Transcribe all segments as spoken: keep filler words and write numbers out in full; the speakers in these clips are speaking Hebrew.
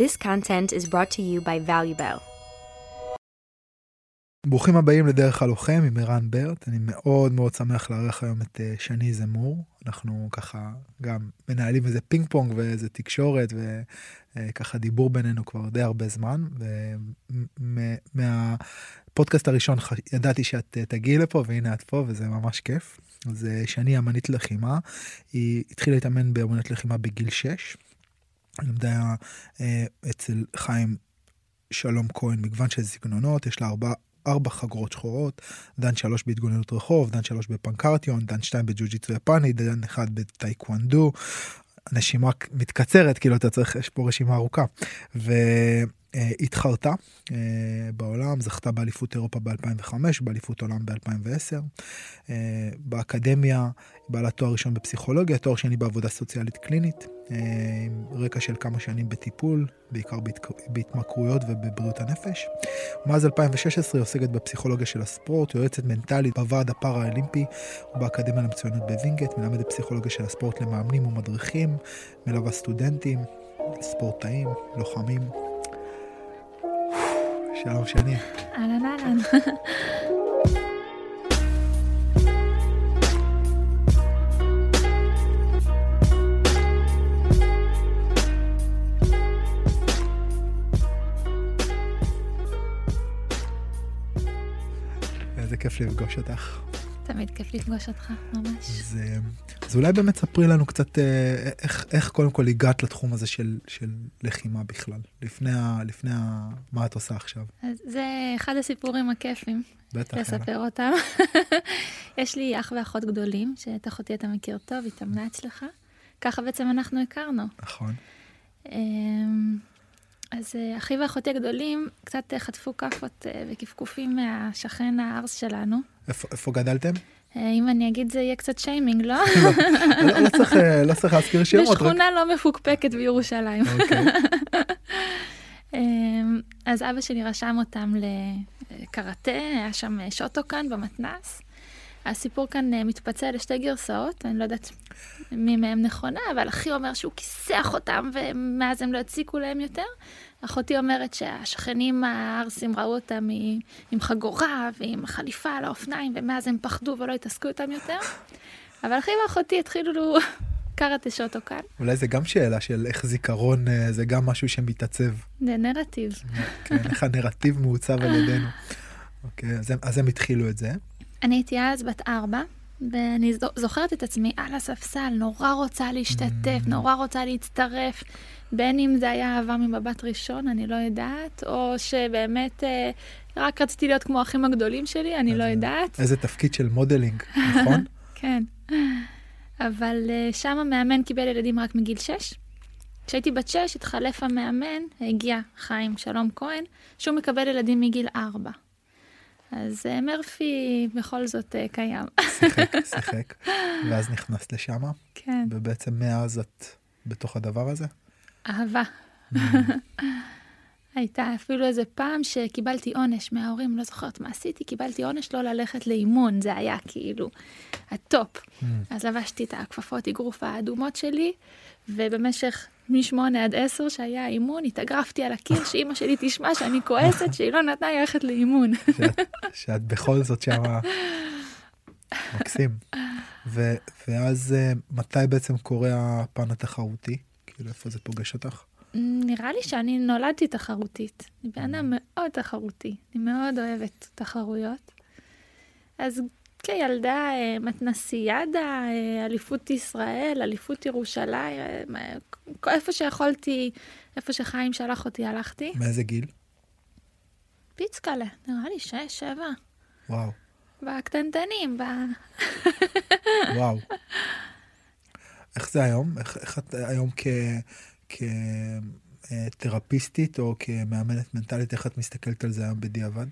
This content is brought to you by ValueBell. ברוכים הבאים לדרך הלוחם עם ערן ברט. אני מאוד מאוד שמח לארח היום את שני זמור. אנחנו ככה גם מנהלים איזה פינג פונג ואיזה תקשורת וככה דיבור בינינו כבר די הרבה זמן. ומהפודקאסט הראשון ידעתי שאת תגיעי לפה והנה את פה וזה ממש כיף. אז שני אמנית לחימה, היא התחילה להתאמן באמנות לחימה בגיל שש. למדה אצל חיים שלום כהן מגוון של סגנונות, יש לה ארבע ארבע חגורות שחורות, דן שלוש בהתגוננות רחוב, דן שלוש בפנקרטיון, דן שתיים בג'ו-ג'יצו יפני, דן אחד בטייקוונדו. הנשימה מתקצרת, כאילו אתה צריך, יש פה רשימה ארוכה. והתחרתה בעולם, זכתה באליפות אירופה ב-אלפיים וחמש, באליפות עולם ב-אלפיים ועשר. באקדמיה, בעלת תואר ראשון בפסיכולוגיה, תואר שני בעבודה סוציאלית קלינית, עם רקע של כמה שנים בטיפול, בעיקר בהתמכרויות ובבריאות הנפש. מאז אלפיים ושש עשרה היא עוסקת בפסיכולוגיה של הספורט, יועצת מנטלית בוועד הפארה-אולימפי ובאקדמיה למצוינות בווינגייט, מלמדת פסיכולוגיה של הספורט למאמנים ומדריכים, מלווה סטודנטים, ספורטאים, לוחמים. שלום שני. אהלן אהלן. איזה כיף לפגוש אותך. תמיד כיף לפגוש אותך, ממש. אז, אז אולי באמת ספרי לנו קצת איך, איך קודם כל הגעת לתחום הזה של, של לחימה בכלל, לפני, ה, לפני ה, מה את עושה עכשיו. אז זה אחד הסיפורים הכיפים. בטח. לספר יאללה. אותם. יש לי אח ואחות גדולים, שאת אחותי אתה מכיר טוב, התאמנה אצלך. ככה בעצם אנחנו הכרנו. נכון. אז אחי ואחותי הגדולים קצת חטפו כפות וכפכופים מהשכן הארס שלנו. איפה, איפה גדלתם? אם אני אגיד זה יהיה קצת שיימינג, לא? לא, לא צריך, לא צריך להזכיר שמות. בשכונה לא מפוקפקת בירושלים. אוקיי. אז אבא שלי רשם אותם לקראטה, היה שם שוטוקן במתנ"ס. הסיפור כאן מתפצל לשתי גרסאות, אני לא יודעת מי מהם נכונה, אבל אחי אומר שהוא כיסח אותם, ומאז הם לא הציקו להם יותר. אחותי אומרת שהשכנים הארסים ראו אותם עם חגורה ועם חליפה על האופניים, ומאז הם פחדו ולא התעסקו איתם יותר. אבל אחי ואחותי התחילו קראטה שוטוקן. אולי זה גם שאלה של איך זיכרון, זה גם משהו שמתעצב. זה נרטיב. כן, איך הנרטיב מעוצב על ידינו. אוקיי, אז הם, אז הם התחילו את זה. אני הייתי אז בת ארבע, ואני זוכרת את עצמי על הספסל, נורא רוצה להשתתף, נורא רוצה להצטרף, בין אם זה היה אהבה ממבט ראשון, אני לא יודעת, או שבאמת רק רציתי להיות כמו האחים הגדולים שלי, אני לא יודעת. איזה תפקיד של מודלינג, נכון? כן. אבל שם המאמן קיבל ילדים רק מגיל שש. כשהייתי בת שש, התחלף המאמן, הגיע חיים שלום כהן, שהוא מקבל ילדים מגיל ארבע. אז מרפי בכל זאת קיים. שיחק, שיחק. ואז נכנסת לשם. כן. ובעצם מאז את בתוך הדבר הזה? אהבה. הייתה אפילו איזה פעם שקיבלתי עונש מההורים, לא זוכרת מה עשיתי, קיבלתי עונש לא ללכת לאימון, זה היה כאילו הטופ. אז לבשתי את הכפפות אגרוף האדומות שלי, ובמשך משמונה עד עשר שהיה אימון, התאגרפתי על הקיר שאמא שלי תשמע שאני כועסת, שהיא לא נתנה ללכת לאימון. שאת, שאת בכל זאת שמה מקסים. ו, ואז מתי בעצם קורה הפן התחרותי? כאילו איפה זה פוגש אותך? נראה לי שאני נולדתי תחרותית. אני בענה מאוד תחרותי. אני מאוד אוהבת תחרויות. אז כילדה, מתנסיאדה, אליפות ישראל, אליפות ירושלים, איפה שיכולתי, איפה שחיים שלח אותי, הלכתי. מאיזה גיל? פיצקלה, נראה לי שש, שבע. וואו. בקטנטנים, ב... וואו. איך זה היום? איך, איך את היום כ... כתרפיסטית או כמאמנת מנטלית, איך את מסתכלת על זה היום בדיעבד?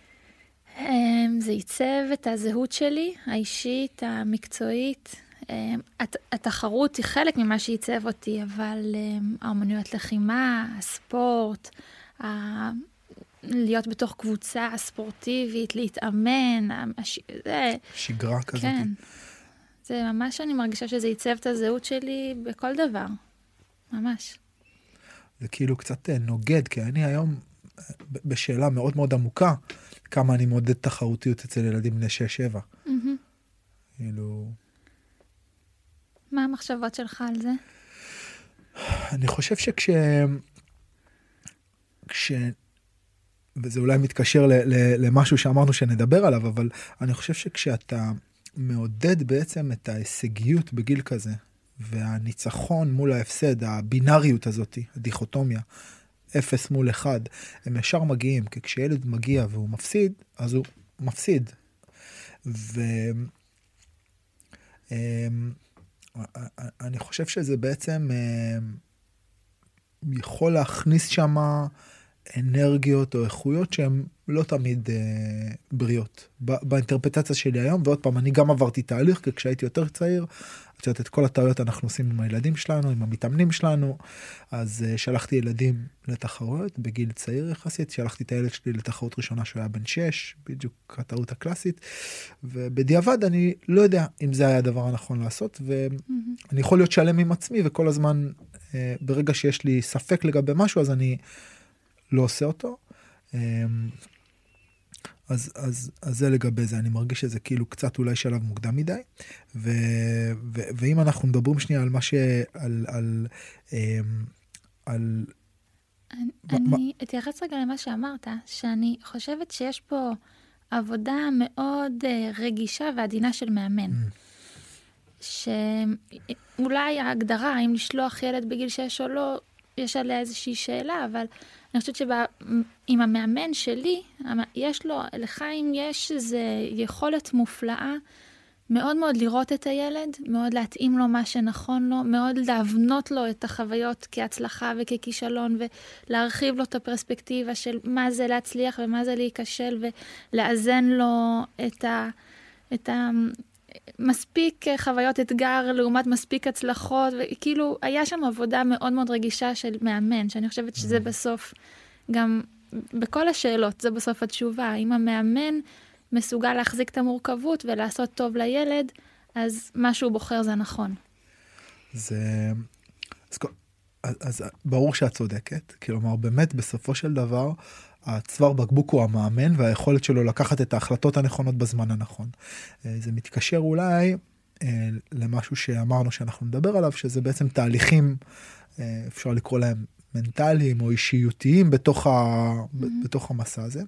זה ייצב את הזהות שלי, האישית, המקצועית. התחרות היא חלק ממה שייצב אותי, אבל האמנויות לחימה, הספורט, להיות בתוך קבוצה ספורטיבית, להתאמן, שגרה כזאת. כן. זה ממש, אני מרגישה שזה ייצב את הזהות שלי בכל דבר. ממש. זה כאילו קצת נוגד, כי אני היום בשאלה מאוד מאוד עמוקה, כמה אני מודד תחרותיות אצל ילדים בני שש שבע. כאילו... מה המחשבות שלך על זה? אני חושב שכש... כש... וזה אולי מתקשר ל... ל... למשהו שאמרנו שנדבר עליו, אבל אני חושב שכשאתה מעודד בעצם את ההישגיות בגיל כזה, והניצחון מול ההפסד, הבינאריות הזאת, הדיכוטומיה, אפס מול אחד, הם ישר מגיעים, כי כשילד מגיע והוא מפסיד, אז הוא מפסיד. ו... אני חושב שזה בעצם יכול להכניס שם אנרגיות או איכויות שהן לא תמיד בריאות. באינטרפטציה שלי היום, ועוד פעם, אני גם עברתי תהליך, כי כשהייתי יותר צעיר, את יודעת, את כל הטעויות אנחנו עושים עם הילדים שלנו, עם המתאמנים שלנו, אז שלחתי ילדים לתחרויות, בגיל צעיר יחסית, שלחתי את הילד שלי לתחרות ראשונה שהוא היה בן שש, בדיוק הטעות הקלאסית, ובדיעבד אני לא יודע אם זה היה הדבר הנכון לעשות, ואני יכול להיות שלם עם עצמי, וכל הזמן, ברגע שיש לי ספק לגבי משהו, אז אני לא עושה אותו. אז, אז, אז זה לגבי זה, אני מרגיש שזה כאילו קצת אולי שלב מוקדם מדי, ו, ו, ואם אנחנו מדברים שנייה על מה ש... על... על, על אני, אני אתייחס רגע למה שאמרת, שאני חושבת שיש פה עבודה מאוד רגישה ועדינה של מאמן. שאולי ההגדרה, אם לשלוח ילד בגיל שש או לא, יש עליה איזושהי שאלה, אבל אני חושבת שעם המאמן שלי, יש לו, לחיים יש איזו יכולת מופלאה, מאוד מאוד לראות את הילד, מאוד להתאים לו מה שנכון לו, מאוד להבנות לו את החוויות כהצלחה וככישלון, ולהרחיב לו את הפרספקטיבה של מה זה להצליח ומה זה להיכשל, ולאזן לו את ה... את ה מספיק חוויות אתגר לעומת מספיק הצלחות, וכאילו היה שם עבודה מאוד מאוד רגישה של מאמן, שאני חושבת שזה בסוף, גם בכל השאלות, זה בסוף התשובה. אם המאמן מסוגל להחזיק את המורכבות ולעשות טוב לילד, אז מה שהוא בוחר זה נכון. זה... אז, אז, אז ברור שאת צודקת, כלומר באמת בסופו של דבר, הצוואר בקבוק הוא המאמן, והיכולת שלו לקחת את ההחלטות הנכונות בזמן הנכון. זה מתקשר אולי למשהו שאמרנו שאנחנו נדבר עליו, שזה בעצם תהליכים, אפשר לקרוא להם מנטליים או אישיותיים בתוך, ה, בתוך המסע הזה.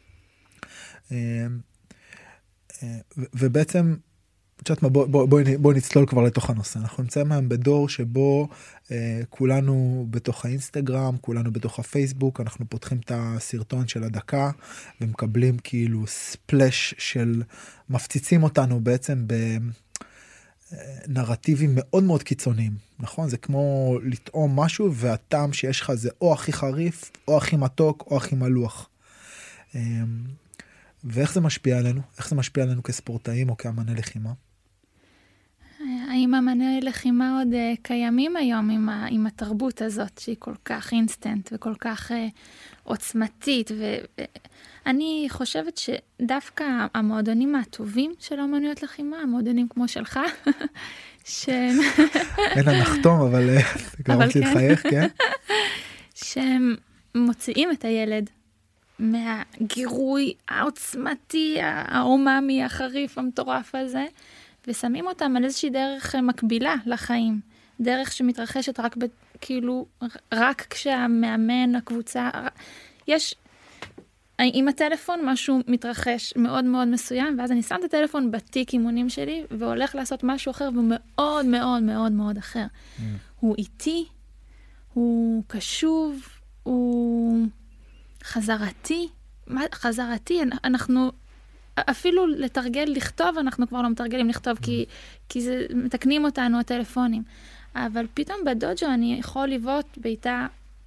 ובעצם, בוא, בוא, בוא, בוא נצלול כבר לתוך הנושא. אנחנו נמצאים היום בדור שבו אה, כולנו בתוך האינסטגרם, כולנו בתוך הפייסבוק, אנחנו פותחים את הסרטון של הדקה, ומקבלים כאילו ספלש של, מפציצים אותנו בעצם בנרטיבים מאוד מאוד קיצוניים, נכון? זה כמו לטעום משהו, והטעם שיש לך זה או הכי חריף, או הכי מתוק, או הכי מלוח. אה, ואיך זה משפיע עלינו? איך זה משפיע עלינו כספורטאים או כאמני לחימה? האם אמני לחימה עוד uh, קיימים היום עם, ה, עם התרבות הזאת, שהיא כל כך אינסטנט וכל כך uh, עוצמתית, ואני uh, חושבת שדווקא המועדונים הטובים של אמנויות לחימה, המועדונים כמו שלך, ש... אין הנחתום, אבל גרמת להתחייך, כן? שהם מוציאים את הילד מהגירוי העוצמתי, האוממי, החריף, המטורף הזה, ושמים אותם על איזושהי דרך מקבילה לחיים. דרך שמתרחשת רק ב, כאילו, רק כשהמאמן, הקבוצה, יש, עם הטלפון משהו מתרחש מאוד מאוד מסוים, ואז אני שם את הטלפון בתיק אימונים שלי, והולך לעשות משהו אחר, ומאוד מאוד מאוד מאוד אחר. Mm. הוא איטי, הוא קשוב, הוא חזרתי, חזרתי, אנחנו... אפילו לתרגל לכתוב, אנחנו כבר לא מתרגלים לכתוב, כי, כי זה, מתקנים אותנו הטלפונים. אבל פתאום בדוג'ו אני יכול לבעוט בעיטה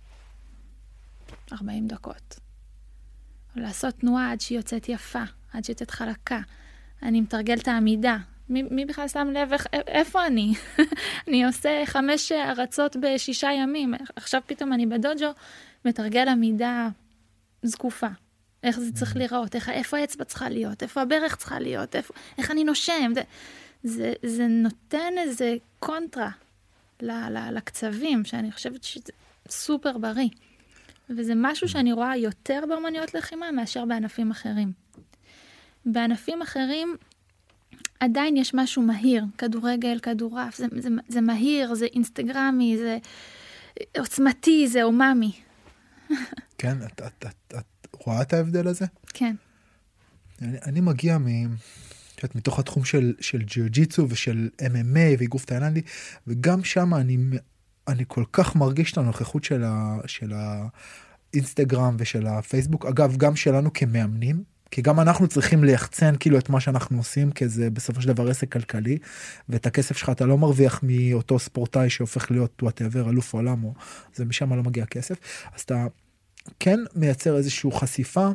ארבעים דקות. או לעשות תנועה עד שהיא יוצאת יפה, עד שהיא יוצאת חלקה. אני מתרגל את העמידה. מי, מי בכלל שם לב, איך, איפה אני? אני עושה חמש הרצות בשישה ימים. עכשיו פתאום אני בדוג'ו מתרגל עמידה זקופה. איך זה צריך לראות, איך, איפה האצבע צריכה להיות, איפה הברך צריכה להיות, איפה, איך אני נושם. זה, זה, זה נותן איזה קונטרה ל, ל, לקצבים, שאני חושבת שזה סופר בריא. וזה משהו שאני רואה יותר באמנויות לחימה מאשר בענפים אחרים. בענפים אחרים עדיין יש משהו מהיר, כדורגל, כדורף, זה, זה, זה מהיר, זה אינסטגרמי, זה עוצמתי, זה אוממי. כן, את, את, את, את רואה את ההבדל הזה? כן. אני, אני מגיע מ, שאת, מתוך התחום של, של ג'יו-ג'יצו ושל אם אם איי ואיגוף תאילנדי, וגם שם אני, אני כל כך מרגיש את הנוכחות של, ה, של האינסטגרם ושל הפייסבוק, אגב, גם שלנו כמאמנים, כי גם אנחנו צריכים ליחצן כאילו את מה שאנחנו עושים, כי זה בסופו של דבר עסק כלכלי, ואת הכסף שלך אתה לא מרוויח מאותו ספורטאי שהופך להיות whatever, אלוף עולם, או זה משם לא מגיע כסף, אז אתה כן מייצר איזושהי חשיפה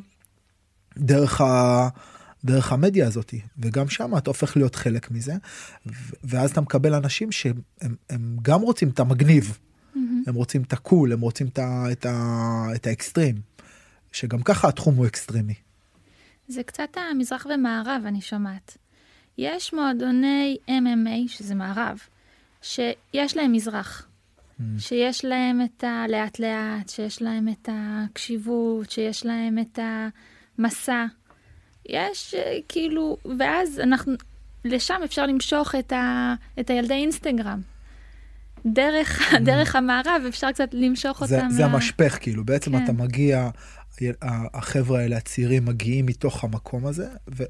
דרך, ה, דרך המדיה הזאת, וגם שם אתה הופך להיות חלק מזה, ואז אתה מקבל אנשים שהם הם גם רוצים את המגניב, mm-hmm. הם רוצים את הקול, הם רוצים את, ה, את, ה, את האקסטרים, שגם ככה התחום הוא אקסטרימי. זה קצת המזרח ומערב, אני שומעת. יש מועדוני אם אם איי, שזה מערב, שיש להם מזרח. Mm. שיש להם את הלאט לאט, שיש להם את הקשיבות, שיש להם את המסע. יש כאילו, ואז אנחנו, לשם אפשר למשוך את, ה, את הילדי אינסטגרם. דרך, mm. דרך המערב אפשר קצת למשוך זה, אותם. זה לה... המשפך, כאילו. בעצם כן. אתה מגיע... החבר'ה האלה, הצעירים, מגיעים מתוך המקום הזה,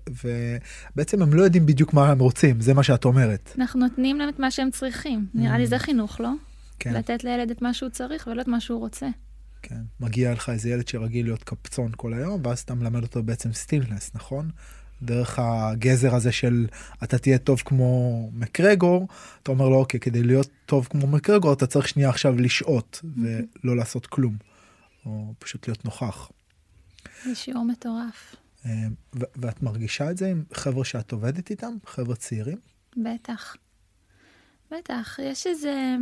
ובעצם הם לא יודעים בדיוק מה הם רוצים, זה מה שאת אומרת. אנחנו נותנים להם את מה שהם צריכים. נראה לי זה חינוך, לא? כן. לתת לילד את מה שהוא צריך, ולא את מה שהוא רוצה. כן. מגיע לך איזה ילד שרגיל להיות קפצון כל היום, ואז אתה מלמד אותו בעצם סטילנס, נכון? דרך הגזר הזה של אתה תהיה טוב כמו מקרגור, אתה אומר לו, אוקיי, כדי להיות טוב כמו מקרגור, אתה צריך שנייה עכשיו לשעות, ולא לעשות כלום. או פשוט להיות נוכח. זה שיעור מטורף. ואת מרגישה את זה עם חבר'ה שאת עובדת איתם? חבר'ה צעירים? בטח. בטח. יש איזה...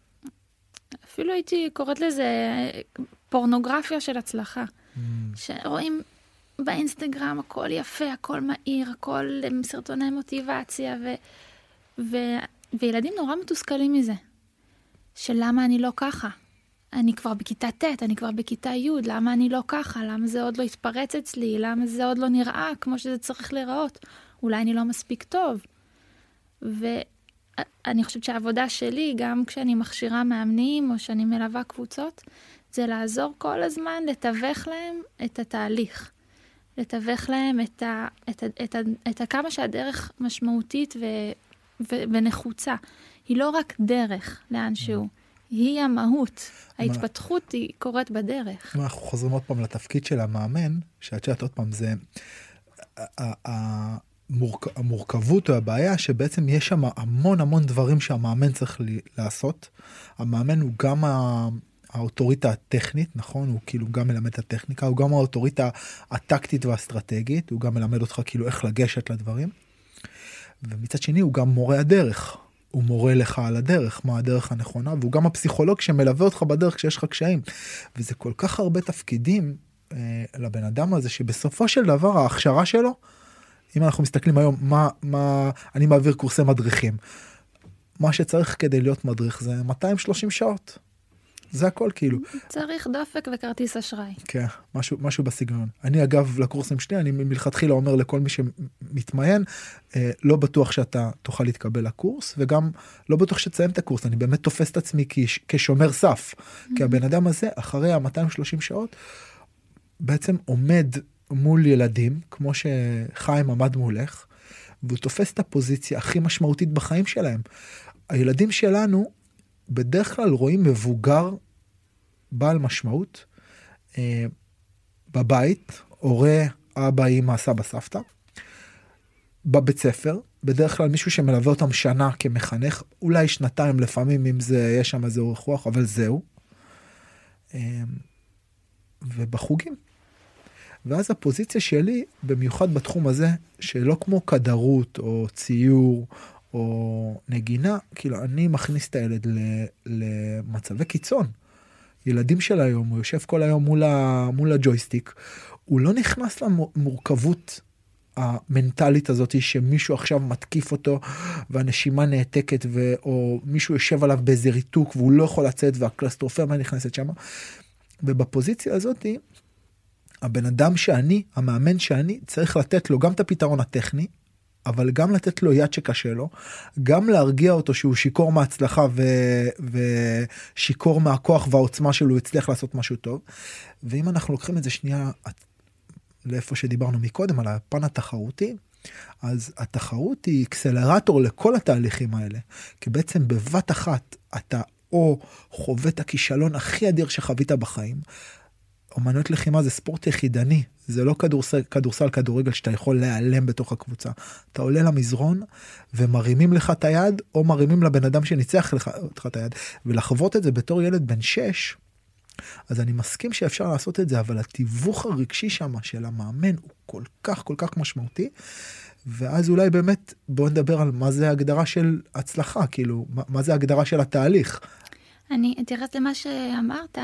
אפילו הייתי קוראת לזה פורנוגרפיה של הצלחה. Mm. שרואים באינסטגרם הכל יפה, הכל מהיר, הכל סרטוני מוטיבציה, ו... ו... וילדים נורא מתוסכלים מזה. שלמה אני לא ככה? אני כבר בכיתה ט', אני כבר בכיתה י', למה אני לא ככה? למה זה עוד לא התפרץ אצלי? למה זה עוד לא נראה כמו שזה צריך להיראות? אולי אני לא מספיק טוב. ואני חושבת שהעבודה שלי, גם כשאני מכשירה מאמנים או שאני מלווה קבוצות, זה לעזור כל הזמן לתווך להם את התהליך. לתווך להם את, ה, את, ה, את, ה, את ה, כמה שהדרך משמעותית ו, ו, ונחוצה. היא לא רק דרך לאנשהו. היא המהות. ההתפתחות היא קורית בדרך. אנחנו חוזרים עוד פעם לתפקיד של המאמן, שאת שאת עוד פעם זה, המורכבות או הבעיה שבעצם יש שם המון המון דברים שהמאמן צריך לעשות. המאמן הוא גם האוטוריטה הטכנית, נכון? הוא כאילו גם מלמד את הטכניקה, הוא גם האוטוריטה הטקטית והאסטרטגית, הוא גם מלמד אותך כאילו איך לגשת לדברים. ומצד שני הוא גם מורה הדרך. הוא מורה לך על הדרך, מה הדרך הנכונה, והוא גם הפסיכולוג שמלווה אותך בדרך כשיש לך קשיים. וזה כל כך הרבה תפקידים אה, לבן אדם הזה, שבסופו של דבר ההכשרה שלו, אם אנחנו מסתכלים היום, מה, מה, אני מעביר קורסי מדריכים. מה שצריך כדי להיות מדריך זה מאתיים ושלושים שעות. זה הכל כאילו. צריך דופק וכרטיס אשראי. כן, משהו, משהו בסגנון. אני אגב לקורסים שלי, אני מלכתחילה אומר לכל מי שמתמיין, אה, לא בטוח שאתה תוכל להתקבל לקורס, וגם לא בטוח שתסיים את הקורס. אני באמת תופס את עצמי כש, כשומר סף. Mm-hmm. כי הבן אדם הזה, אחרי ה-מאתיים ושלושים שעות, בעצם עומד מול ילדים, כמו שחיים עמד מולך, והוא תופס את הפוזיציה הכי משמעותית בחיים שלהם. הילדים שלנו, בדרך כלל רואים מבוגר בעל משמעות אה, בבית, הורה, אבא, אמא, סבא, סבתא, בבית ספר, בדרך כלל מישהו שמלווה אותם שנה כמחנך, אולי שנתיים לפעמים אם זה, יש שם איזה אורך רוח, אבל זהו. אה, ובחוגים. ואז הפוזיציה שלי, במיוחד בתחום הזה, שלא כמו כדרות או ציור, או נגינה, כאילו אני מכניס את הילד למצבי קיצון. ילדים של היום, הוא יושב כל היום מול, ה, מול הג'ויסטיק, הוא לא נכנס למורכבות המנטלית הזאת שמישהו עכשיו מתקיף אותו והנשימה נעתקת ו... או מישהו יושב עליו באיזה ריתוק והוא לא יכול לצאת והקלסטרופרמה נכנסת שם. ובפוזיציה הזאת הבן אדם שאני, המאמן שאני, צריך לתת לו גם את הפתרון הטכני, אבל גם לתת לו יד שקשה לו, גם להרגיע אותו שהוא שיקור מההצלחה ו... ושיקור מהכוח והעוצמה שלו הצליח לעשות משהו טוב. ואם אנחנו לוקחים את זה שנייה לאיפה שדיברנו מקודם, על הפן התחרותי, אז התחרות היא אקסלרטור לכל התהליכים האלה, כי בעצם בבת אחת אתה או חווה את הכישלון הכי אדיר שחווית בחיים. אומנויות לחימה זה ספורט יחידני, זה לא כדורסל, כדורסל, כדורגל שאתה יכול להיעלם בתוך הקבוצה. אתה עולה למזרון ומרימים לך את היד, או מרימים לבן אדם שניצח לך את היד, ולחוות את זה בתור ילד בן שש, אז אני מסכים שאפשר לעשות את זה, אבל התיווך הרגשי שם של המאמן הוא כל כך כל כך משמעותי, ואז אולי באמת בואו נדבר על מה זה ההגדרה של הצלחה, כאילו, מה, מה זה ההגדרה של התהליך. אני אתייחס למה שאמרת,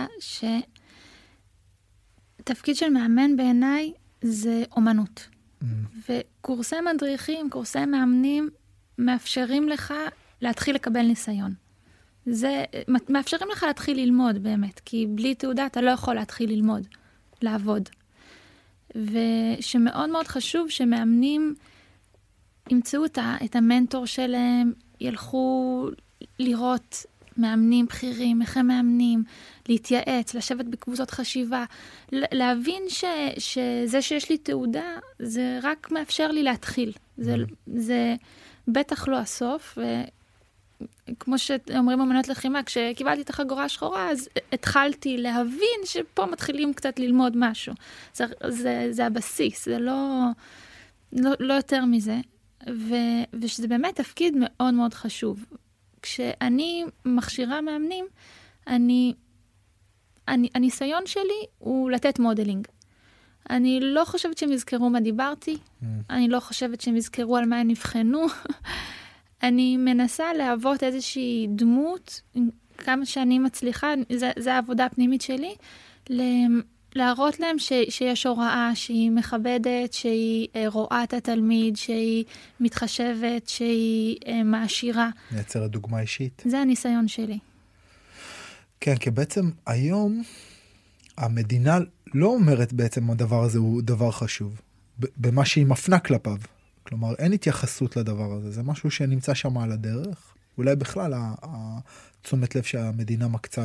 שתפקיד של מאמן בעיניי זה אומנות. Mm. וקורסי מדריכים, קורסי מאמנים, מאפשרים לך להתחיל לקבל ניסיון. זה, מאפשרים לך להתחיל ללמוד באמת, כי בלי תעודה אתה לא יכול להתחיל ללמוד, לעבוד. ושמאוד מאוד חשוב שמאמנים ימצאו את המנטור שלהם, ילכו לראות מאמנים בכירים, איך הם מאמנים, להתייעץ, לשבת בקבוצות חשיבה, להבין ש, שזה שיש לי תעודה, זה רק מאפשר לי להתחיל. זה, זה בטח לא הסוף, וכמו שאומרים אמנות לחימה, כשקיבלתי את החגורה השחורה, אז התחלתי להבין שפה מתחילים קצת ללמוד משהו. זה, זה, זה הבסיס, זה לא, לא, לא יותר מזה. ו, ושזה באמת תפקיד מאוד מאוד חשוב. כשאני מכשירה מאמנים, אני, אני, הניסיון שלי הוא לתת מודלינג. אני לא חושבת שהם יזכרו מה דיברתי, mm. אני לא חושבת שהם יזכרו על מה הם נבחנו. אני מנסה להוות איזושהי דמות, כמה שאני מצליחה, זה, זה העבודה הפנימית שלי, להראות להם ש, שיש הוראה שהיא מכבדת, שהיא רואה את התלמיד, שהיא מתחשבת, שהיא מעשירה. מייצרת דוגמה אישית. זה הניסיון שלי. כן, כי בעצם היום המדינה לא אומרת בעצם הדבר הזה הוא דבר חשוב, במה שהיא מפנה כלפיו. כלומר, אין התייחסות לדבר הזה. זה משהו שנמצא שם על הדרך. אולי בכלל התשומת לב שהמדינה מקצה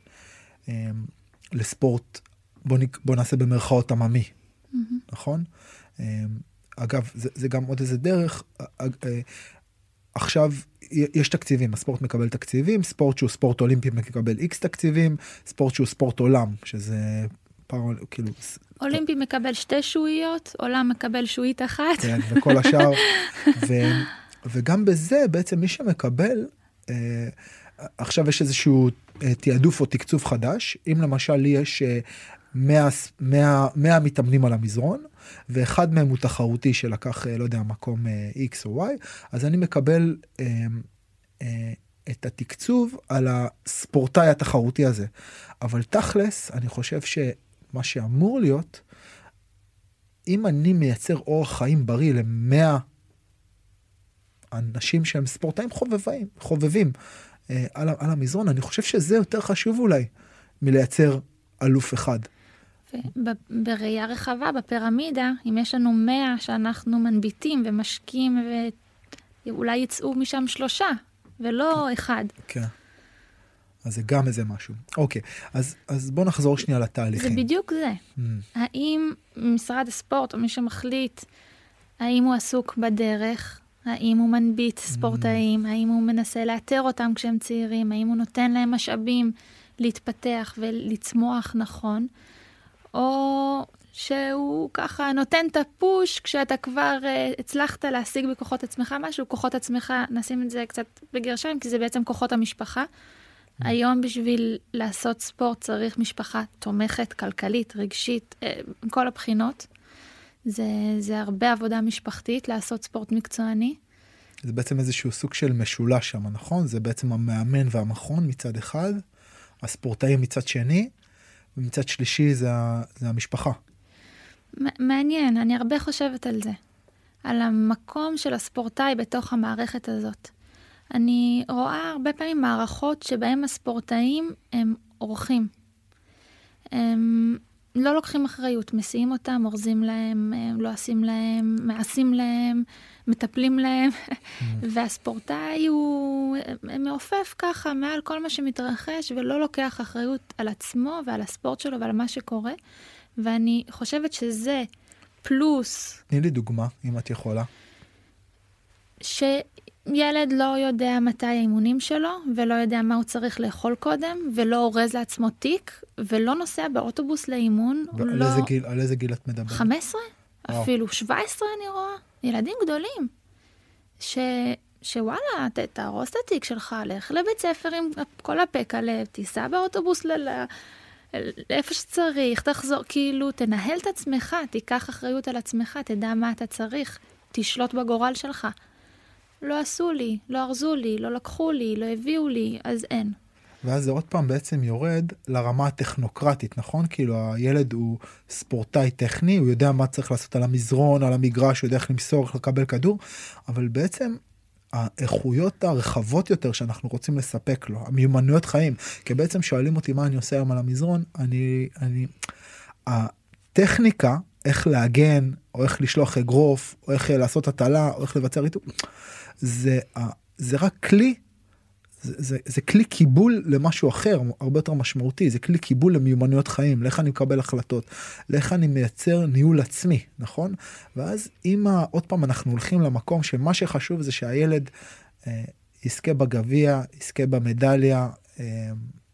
לספורט, בוא, בוא נעשה במרכאות עממי, mm-hmm. נכון? אגב, זה, זה גם עוד איזה דרך, עכשיו יש תקציבים, הספורט מקבל תקציבים, ספורט שהוא ספורט אולימפי מקבל איקס תקציבים, ספורט שהוא ספורט עולם, שזה פעם, כאילו... אולימפי מקבל שתי שועיות, עולם מקבל שועית אחת. כן, וכל השאר. ו, וגם בזה, בעצם מי שמקבל, אה, עכשיו יש איזשהו אה, תיעדוף או תקצוב חדש, אם למשל לי יש אה, מאה מתאמנים על המזרון, ואחד מהם הוא תחרותי שלקח, לא יודע, מקום X או Y, אז אני מקבל אה, אה, את התקצוב על הספורטאי התחרותי הזה. אבל תכלס, אני חושב שמה שאמור להיות, אם אני מייצר אורח חיים בריא למאה אנשים שהם ספורטאים חובבים, חובבים אה, על, על המזרון, אני חושב שזה יותר חשוב אולי מלייצר אלוף אחד. בראייה רחבה, בפירמידה, אם יש לנו מאה שאנחנו מנביטים ומשקים, ואולי יצאו משם שלושה, ולא אחד. כן. אז זה גם איזה משהו. אוקיי, אז, אז בוא נחזור שנייה לתהליכים. זה בדיוק זה. Mm. האם משרד הספורט, או מי שמחליט, האם הוא עסוק בדרך, האם הוא מנביט ספורטאים, mm. האם הוא מנסה לאתר אותם כשהם צעירים, האם הוא נותן להם משאבים להתפתח ולצמוח נכון, או שהוא ככה נותן את הפוש כשאתה כבר uh, הצלחת להשיג בכוחות עצמך משהו, כוחות עצמך, נשים את זה קצת בגרשיים, כי זה בעצם כוחות המשפחה. Mm. היום בשביל לעשות ספורט צריך משפחה תומכת, כלכלית, רגשית, עם כל הבחינות. זה, זה הרבה עבודה משפחתית לעשות ספורט מקצועני. זה בעצם איזשהו סוג של משולש שם, נכון? זה בעצם המאמן והמכון מצד אחד, הספורטאים מצד שני, ומצד שלישי זה, זה המשפחה. מעניין, אני הרבה חושבת על זה. על המקום של הספורטאי בתוך המערכת הזאת. אני רואה הרבה פעמים מערכות שבהם הספורטאים הם אורחים. הם לא לוקחים אחריות, מסיעים אותם, אורזים להם, לא עושים להם, מעשים להם, מטפלים להם, והספורטאי הוא מעופף ככה מעל כל מה שמתרחש, ולא לוקח אחריות על עצמו ועל הספורט שלו ועל מה שקורה, ואני חושבת שזה פלוס... תני לי דוגמה, אם את יכולה. שילד לא יודע מתי האימונים שלו, ולא יודע מה הוא צריך לאכול קודם, ולא אורז לעצמו תיק, ולא נוסע באוטובוס לאימון. ועל לא... איזה גיל, על איזה גיל את מדברת? חמש עשרה? וואו. אפילו שבע עשרה אני רואה. ילדים גדולים. ש... שוואלה, ת... תארוז את התיק שלך, לך לבית ספר עם כל הפק הלב, תיסע באוטובוס ל... לאיפה שצריך, תחזור, כאילו, תנהל את עצמך, תיקח אחריות על עצמך, תדע מה אתה צריך, תשלוט בגורל שלך. לא עשו לי, לא ארזו לי, לא לקחו לי, לא הביאו לי, אז אין. ואז זה עוד פעם בעצם יורד לרמה הטכנוקרטית, נכון? כאילו הילד הוא ספורטאי טכני, הוא יודע מה צריך לעשות על המזרון, על המגרש, הוא יודע איך למסור, איך לקבל כדור, אבל בעצם האיכויות הרחבות יותר שאנחנו רוצים לספק לו, המיומנויות חיים, כי בעצם שואלים אותי מה אני עושה היום על המזרון, אני, אני, הטכניקה, איך להגן, או איך לשלוח אגרוף, או איך לעשות הטלה, או איך לבצע ריתוק, זה, זה רק כלי, זה, זה, זה כלי קיבול למשהו אחר, הרבה יותר משמעותי, זה כלי קיבול למיומנויות חיים, לאיך אני מקבל החלטות, לאיך אני מייצר ניהול עצמי, נכון? ואז אם עוד פעם אנחנו הולכים למקום שמה שחשוב זה שהילד אה, יזכה בגביע, יזכה במדליה, אה,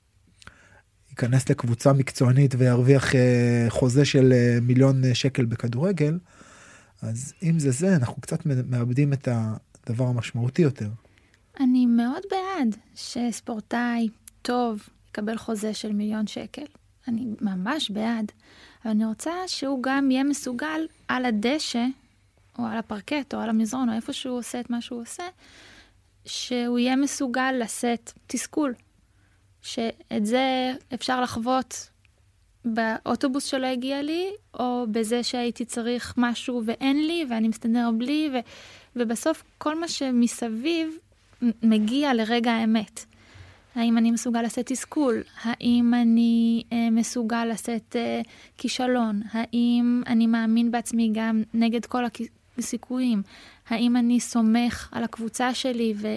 ייכנס לקבוצה מקצוענית וירוויח אה, חוזה של אה, מיליון שקל בכדורגל, אז אם זה זה, אנחנו קצת מאבדים את הדבר המשמעותי יותר. אני מאוד בעד שספורטאי טוב יקבל חוזה של מיליון שקל. אני ממש בעד. אבל אני רוצה שהוא גם יהיה מסוגל על הדשא, או על הפרקט, או על המזרון, או איפה שהוא עושה את מה שהוא עושה, שהוא יהיה מסוגל לשאת תסכול. שאת זה אפשר לחוות באוטובוס שלא הגיע לי, או בזה שהייתי צריך משהו ואין לי, ואני מסתדר בלי, ו... ובסוף כל מה שמסביב מגיע לרגע האמת. האם אני מסוגל לשאת תסכול? האם אני אה, מסוגל לשאת אה, כישלון? האם אני מאמין בעצמי גם נגד כל הסיכויים? האם אני סומך על הקבוצה שלי ו...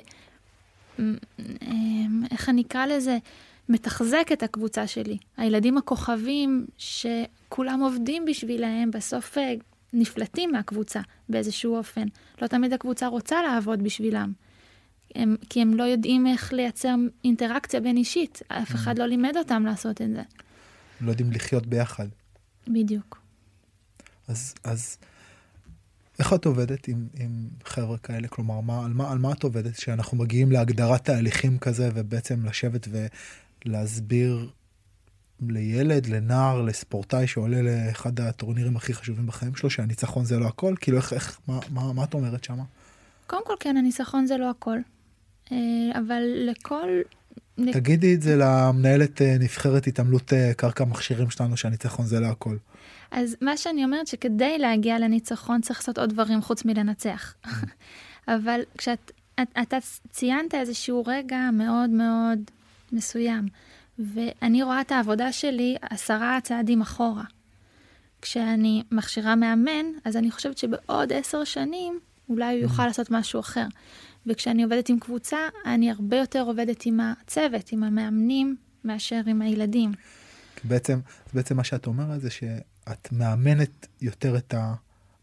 איך אני אקרא לזה? מתחזק את הקבוצה שלי. הילדים הכוכבים שכולם עובדים בשבילהם בסוף נפלטים מהקבוצה באיזשהו אופן. לא תמיד הקבוצה רוצה לעבוד בשבילם. הם, כי הם לא יודעים איך לייצר אינטראקציה בין אישית. אף אחד לא לימד אותם לעשות את זה. לא יודעים לחיות ביחד. בדיוק. אז, אז איך את עובדת עם, עם חבר'ה כאלה? כלומר, מה, על, מה, על מה את עובדת? שאנחנו מגיעים להגדרת תהליכים כזה, ובעצם לשבת ולהסביר לילד, לנער, לספורטאי שעולה לאחד הטורנירים הכי חשובים בחיים שלו, שהניצחון זה לא הכל? כאילו, איך, איך, מה, מה, מה את אומרת שמה? קודם כל, כן, הניצחון זה לא הכל. אבל לכל... תגידי את זה למנהלת נבחרת התעמלות קרקע מכשירים שלנו, שהניצחון זה לא הכל. אז מה שאני אומרת שכדי להגיע לניצחון צריך לעשות עוד דברים חוץ מלנצח. אבל כשאת את, אתה ציינת איזשהו רגע מאוד מאוד מסוים, ואני רואה את העבודה שלי עשרה צעדים אחורה. כשאני מכשירה מאמן, אז אני חושבת שבעוד עשר שנים אולי הוא יוכל לעשות משהו אחר. וכשאני עובדת עם קבוצה, אני הרבה יותר עובדת עם הצוות, עם המאמנים, מאשר עם הילדים. בעצם, בעצם מה שאת אומרת זה שאת מאמנת יותר את, ה,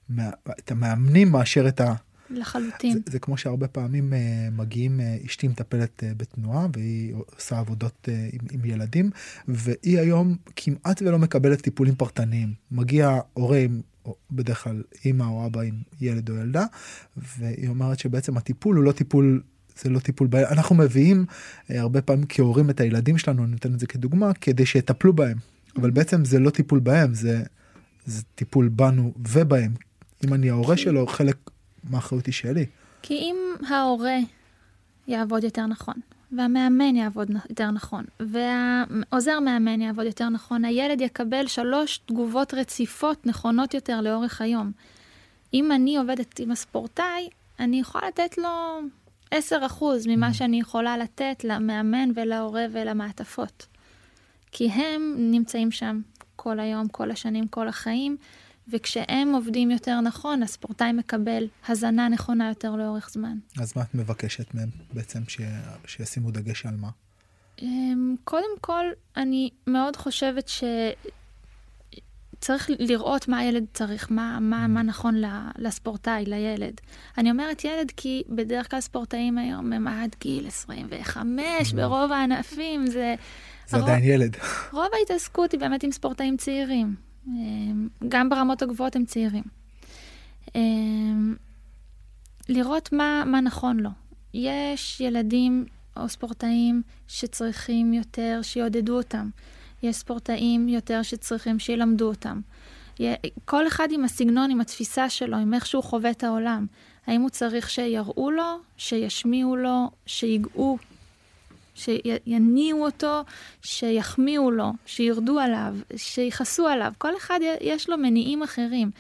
את המאמנים מאשר את ה... לחלוטין. זה, זה כמו שהרבה פעמים uh, מגיעים, uh, אשתי מטפלת uh, בתנועה, והיא עושה עבודות uh, עם, עם ילדים, והיא היום כמעט ולא מקבלת טיפולים פרטניים. מגיע הורים, או בדרך כלל אמא או אבא עם ילד או ילדה, והיא אומרת שבעצם הטיפול הוא לא טיפול, זה לא טיפול, אנחנו מביאים uh, הרבה פעמים כהורים את הילדים שלנו, אני נותן את זה כדוגמה, כדי שיטפלו בהם. אבל בעצם זה לא טיפול בהם, זה, זה טיפול בנו ובהם. אם אני ההורה שלו, חלק מהאחריות היא שלי. כי אם ההורה יעבוד יותר נכון, והמאמן יעבוד יותר נכון, והעוזר מאמן יעבוד יותר נכון, הילד יקבל שלוש תגובות רציפות נכונות יותר לאורך היום. אם אני עובדת עם הספורטאי, אני יכולה לתת לו עשרה אחוז ממה שאני יכולה לתת למאמן ולהורה ולמעטפות. כי הם נמצאים שם כל היום, כל השנים, כל החיים, וכשהם עובדים יותר נכון, הספורטאי מקבל הזנה נכונה יותר לאורך זמן. אז מה את מבקשת מהם בעצם ש... שישימו דגש על מה? קודם כל, אני מאוד חושבת שצריך לראות מה הילד צריך, מה, מה, מה נכון לספורטאי, לילד. אני אומרת ילד כי בדרך כלל ספורטאים היום הם עד גיל עשרים וחמש, ברוב הענפים זה... זה עדיין ילד. רוב ההתעסקות היא באמת עם ספורטאים צעירים. גם ברמות הגבוהות הם צעירים. לראות מה, מה נכון לו. יש ילדים או ספורטאים שצריכים יותר שיעודדו אותם. יש ספורטאים יותר שצריכים שילמדו אותם. כל אחד עם הסגנון, עם התפיסה שלו, עם איך שהוא חווה את העולם. האם הוא צריך שיראו לו, שישמיעו לו, שיגעו, שיניעו אותו, שיחמיאו לו, שירדו עליו, שיחסו עליו. כל אחד יש לו מניעים אחרים.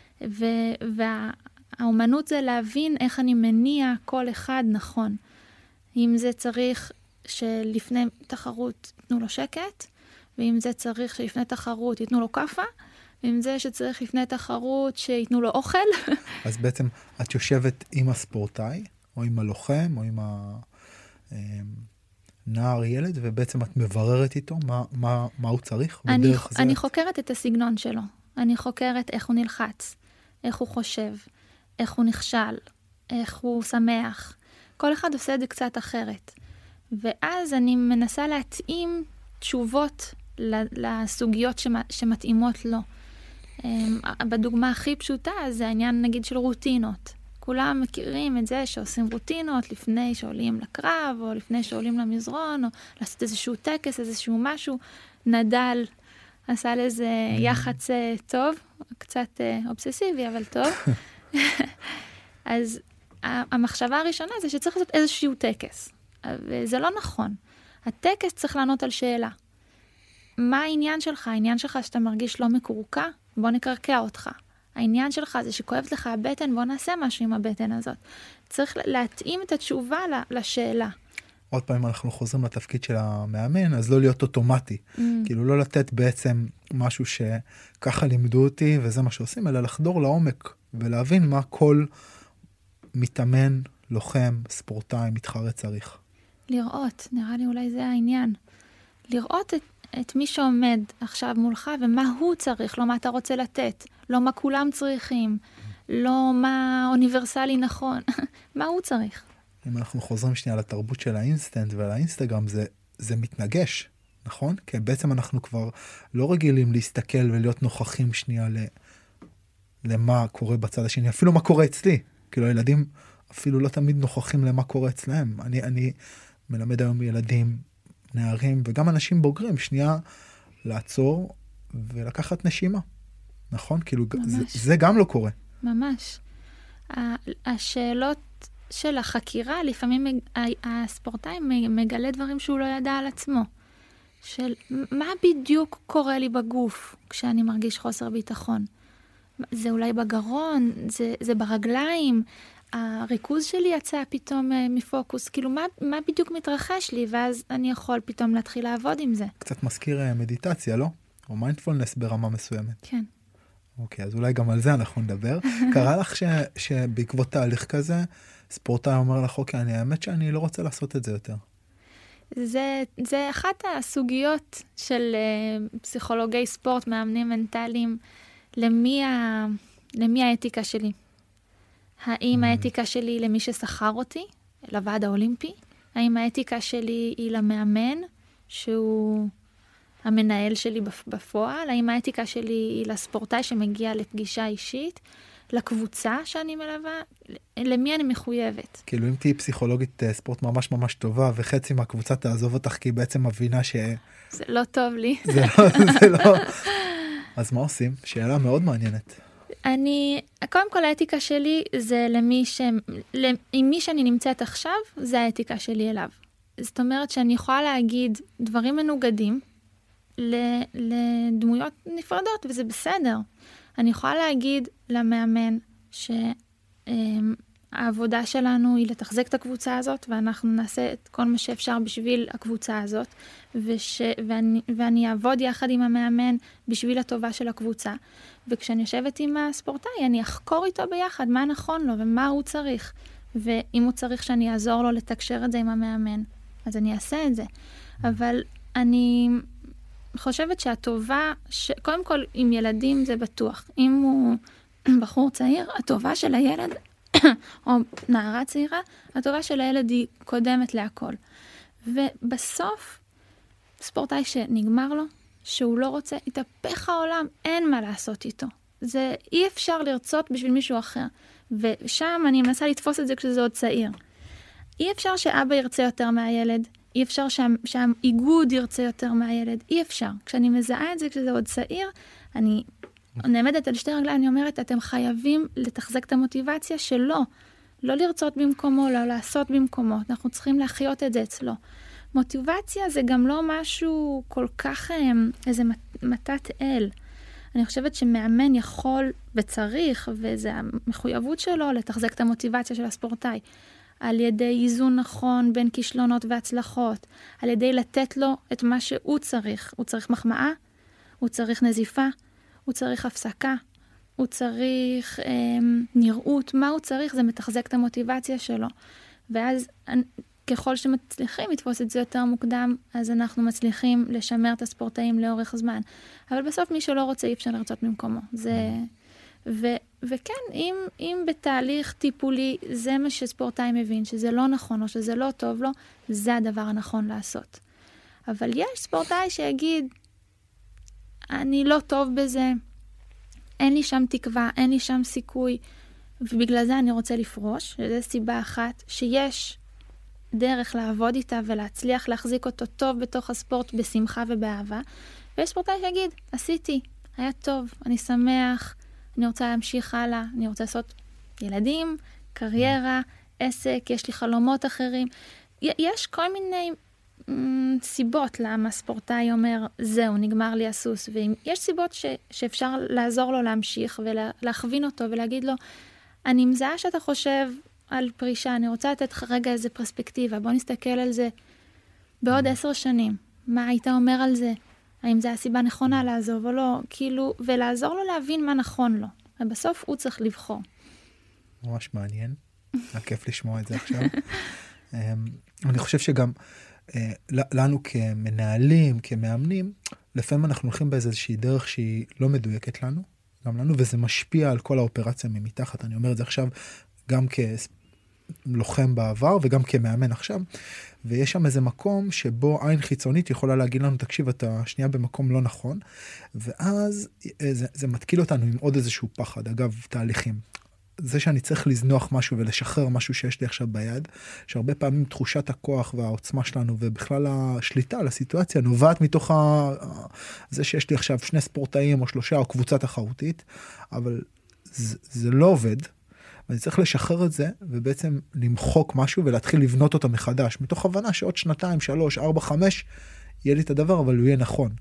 והאומנות זה להבין איך אני מניע כל אחד נכון. אם זה צריך שלפני תחרות יתנו לו שקט, ואם זה צריך שלפני תחרות יתנו לו קפה, ואם זה שצריך לפני תחרות שיתנו לו אוכל. אז בעצם את יושבת עם הספורטאי, או עם הלוחם, או עם הנער ילד, ובעצם את מבררת איתו מה, מה, מה הוא צריך אני, בדרך זה. אני חוקרת את הסגנון שלו. אני חוקרת איך הוא נלחץ, איך הוא חושב, איך הוא נכשל, איך הוא שמח. כל אחד עושה את זה קצת אחרת. ואז אני מנסה להתאים תשובות לסוגיות שמתאימות לו. בדוגמה הכי פשוטה זה העניין נגיד של רוטינות. כולם מכירים את זה שעושים רוטינות לפני שעולים לקרב, או לפני שעולים למזרון, או לעשות איזשהו טקס, איזשהו משהו. נדל עשה לזה יחץ טוב, קצת אובססיבי, אבל טוב. אז המחשבה הראשונה זה שצריך לעשות איזשהו טקס. וזה לא נכון. הטקס צריך לענות על שאלה. מה העניין שלך? העניין שלך שאתה מרגיש לא מקורקע? בוא נקרקע אותך. העניין שלך זה שכואבת לך הבטן, בוא נעשה משהו עם הבטן הזאת. צריך להתאים את התשובה לשאלה. עוד פעם אנחנו חוזרים לתפקיד של המאמן, אז לא להיות אוטומטי. Mm. כאילו לא לתת בעצם משהו שככה לימדו אותי, וזה מה שעושים, אלא לחדור לעומק, ולהבין מה כל מתאמן, לוחם, ספורטאי, מתחרה צריך. לראות, נראה לי אולי זה העניין. לראות את, את מי שעומד עכשיו מולך, ומה הוא צריך, לא מה אתה רוצה לתת, לא מה כולם צריכים, לא מה אוניברסלי נכון, מה הוא צריך. אם אנחנו חוזרים שנייה לתרבות של האינסטנט ועל האינסטגרם, זה, זה מתנגש, נכון? כי בעצם אנחנו כבר לא רגילים להסתכל ולהיות נוכחים שנייה ל, למה קורה בצד השני, אפילו מה קורה אצלי. כאילו הילדים אפילו לא תמיד נוכחים למה קורה אצלהם. אני, אני מלמד היום ילדים, נערים וגם אנשים בוגרים, שנייה לעצור ולקחת נשימה. נכון? כאילו זה, זה גם לא קורה. ממש. השאלות של החקירה, לפעמים הספורטאי מגלה דברים שהוא לא ידע על עצמו. של מה בדיוק קורה לי בגוף כשאני מרגיש חוסר ביטחון? זה אולי בגרון, זה, זה ברגליים, הריכוז שלי יצא פתאום מפוקוס, כאילו מה, מה בדיוק מתרחש לי, ואז אני יכול פתאום להתחיל לעבוד עם זה. קצת מזכיר מדיטציה, לא? או מיינדפולנס ברמה מסוימת. כן. אוקיי, אז אולי גם על זה אנחנו נדבר. קרה לך ש, שבעקבות תהליך כזה, ספורטאי אומר לך, אוקיי, אני האמת שאני לא רוצה לעשות את זה יותר. זה, זה אחת הסוגיות של uh, פסיכולוגי ספורט, מאמנים מנטליים, למי, ה, למי האתיקה שלי? האם האתיקה שלי למי ששכר אותי, לוועד האולימפי? האם האתיקה שלי היא למאמן, שהוא המנהל שלי בפועל? האם האתיקה שלי היא לספורטאי שמגיע לפגישה אישית? לקבוצה שאני מלווה? למי אני מחויבת? כאילו אם תהי פסיכולוגית ספורט ממש ממש טובה, וחצי מהקבוצה תעזוב אותך, כי היא בעצם מבינה ש... זה לא טוב לי. זה לא, זה לא. אז מה עושים? שאלה מאוד מעניינת. אני, קודם כל האתיקה שלי זה למי ש... עם מי שאני נמצאת עכשיו, זה האתיקה שלי אליו. זאת אומרת שאני יכולה להגיד דברים מנוגדים לדמויות נפרדות, וזה בסדר. אני יכולה להגיד למאמן, שהעבודה שלנו היא לתחזק את הקבוצה הזאת, ואנחנו נעשה את כל מה שאפשר בשביל הקבוצה הזאת, וש, ואני, ואני אעבוד יחד עם המאמן בשביל הטובה של הקבוצה. וכשאני יושבת עם הספורטאי, אני אחקור איתו ביחד מה נכון לו ומה הוא צריך. ואם הוא צריך שאני אעזור לו לתקשר את זה עם המאמן, אז אני אעשה את זה. אבל אני חושבת שהטובה, ש... קודם כל עם ילדים זה בטוח. אם הוא בחור צעיר, הטובה של הילד, או נערה צעירה, הטובה של הילד היא קודמת להכל. ובסוף, ספורטאי שנגמר לו, שהוא לא רוצה, יתהפך העולם, אין מה לעשות איתו. זה אי אפשר לרצות בשביל מישהו אחר. ושם אני מנסה לתפוס את זה כשזה עוד צעיר. אי אפשר שאבא ירצה יותר מהילד, אי אפשר שהאיגוד ירצה יותר מהילד, אי אפשר. כשאני מזהה את זה כשזה עוד צעיר, אני נעמדת על שתי רגליים, אני אומרת, אתם חייבים לתחזק את המוטיבציה שלו, לא לרצות במקומו, לא לעשות במקומו, אנחנו צריכים להחיות את זה אצלו. מוטיבציה זה גם לא משהו כל כך איזה מתת אל. אני חושבת שמאמן יכול וצריך, וזה המחויבות שלו לתחזק את המוטיבציה של הספורטאי, על ידי איזון נכון בין כישלונות והצלחות, על ידי לתת לו את מה שהוא צריך. הוא צריך מחמאה, הוא צריך נזיפה, הוא צריך הפסקה, הוא צריך אה, נראות, מה הוא צריך, זה מתחזק את המוטיבציה שלו. ואז ככל שמצליחים לתפוס את זה יותר מוקדם, אז אנחנו מצליחים לשמר את הספורטאים לאורך זמן. אבל בסוף מי שלא רוצה, אי אפשר לרצות במקומו. זה... ו... וכן, אם, אם בתהליך טיפולי זה מה שספורטאי מבין, שזה לא נכון או שזה לא טוב לו, זה הדבר הנכון לעשות. אבל יש ספורטאי שיגיד, אני לא טוב בזה, אין לי שם תקווה, אין לי שם סיכוי, ובגלל זה אני רוצה לפרוש. זו סיבה אחת, שיש דרך לעבוד איתה ולהצליח להחזיק אותו טוב בתוך הספורט בשמחה ובאהבה. ויש ספורטאי שיגיד, עשיתי, היה טוב, אני שמח, אני רוצה להמשיך הלאה, אני רוצה לעשות ילדים, קריירה, עסק, יש לי חלומות אחרים. יש כל מיני mm, סיבות למה ספורטאי אומר, זהו, נגמר לי הסוס. ויש סיבות ש, שאפשר לעזור לו להמשיך ולהכווין אותו ולהגיד לו, אני מזהה שאתה חושב על פרישה, אני רוצה לתת לך רגע איזה פרספקטיבה, בוא נסתכל על זה בעוד עשר שנים. מה היית אומר על זה? האם זה הסיבה נכונה לעזוב או לא? כאילו, ולעזור לו להבין מה נכון לו. ובסוף הוא צריך לבחור. ממש מעניין. כיף לשמוע את זה עכשיו. אני חושב שגם לנו כמנהלים, כמאמנים, לפעמים אנחנו הולכים באיזושהי דרך שהיא לא מדויקת לנו, גם לנו, וזה משפיע על כל האופרציה ממתחת. אני אומר את זה עכשיו גם כלוחם בעבר וגם כמאמן עכשיו, ויש שם איזה מקום שבו עין חיצונית יכולה להגיד לנו, תקשיב, אתה שנייה במקום לא נכון, ואז זה, זה מתקיל אותנו עם עוד איזשהו פחד, אגב, תהליכים. זה שאני צריך לזנוח משהו ולשחרר משהו שיש לי עכשיו ביד, שהרבה פעמים תחושת הכוח והעוצמה שלנו ובכלל השליטה על הסיטואציה נובעת מתוך ה... זה שיש לי עכשיו שני ספורטאים או שלושה או קבוצה תחרותית, אבל זה, זה לא עובד, ואני צריך לשחרר את זה ובעצם למחוק משהו ולהתחיל לבנות אותו מחדש, מתוך הבנה שעוד שנתיים, שלוש, ארבע, חמש, יהיה לי את הדבר, אבל הוא יהיה נכון.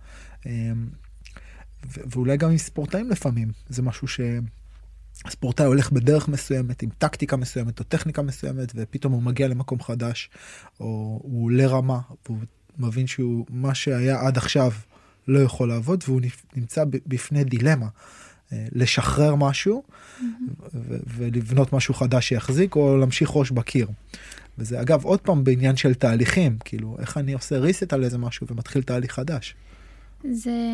ואולי גם עם ספורטאים לפעמים, זה משהו ש... הספורטאי הולך בדרך מסוימת, עם טקטיקה מסוימת או טכניקה מסוימת, ופתאום הוא מגיע למקום חדש, או הוא עולה רמה, והוא מבין שהוא, מה שהיה עד עכשיו לא יכול לעבוד, והוא נמצא בפני דילמה, לשחרר משהו, mm-hmm. ו- ולבנות משהו חדש שיחזיק, או להמשיך ראש בקיר. וזה אגב עוד פעם בעניין של תהליכים, כאילו איך אני עושה ריסט על איזה משהו, ומתחיל תהליך חדש. זה...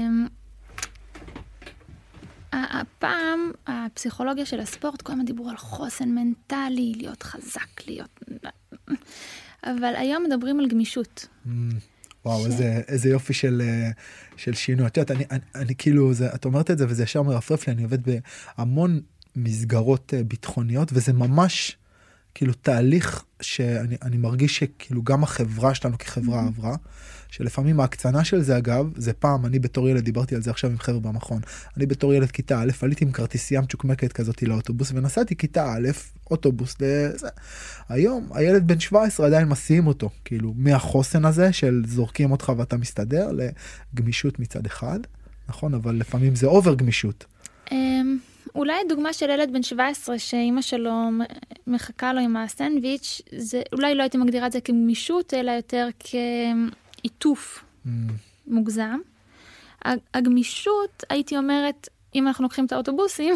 הפעם, הפסיכולוגיה של הספורט, כל הזמן דיברו על חוסן מנטלי, להיות חזק, להיות... אבל היום מדברים על גמישות. וואו, ש... איזה, איזה יופי של, של שינוי. את יודעת, אני, אני, אני כאילו, זה, את אומרת את זה, וזה ישר מרפרף לי, אני עובד בהמון מסגרות ביטחוניות, וזה ממש כאילו תהליך שאני אני מרגיש שכאילו גם החברה שלנו כחברה mm-hmm. עברה, שלפעמים ההקצנה של זה אגב, זה פעם, אני בתור ילד, דיברתי על זה עכשיו עם חבר'ה במכון, אני בתור ילד כיתה א', עליתי עם כרטיסייה מצ'וקמקת כזאת לאוטובוס, ונסעתי כיתה א', אוטובוס, לזה. היום הילד בן שבע עשרה עדיין מסיעים אותו, כאילו מהחוסן הזה של זורקים אותך ואתה מסתדר, לגמישות מצד אחד, נכון? אבל לפעמים זה אובר גמישות. אולי דוגמה של ילד בן שבע עשרה שאימא שלו מחכה לו עם הסנדוויץ', זה, אולי לא הייתי מגדירה את זה כגמישות, אלא יותר כעיטוף mm. מוגזם. הגמישות, הייתי אומרת, אם אנחנו לוקחים את האוטובוסים,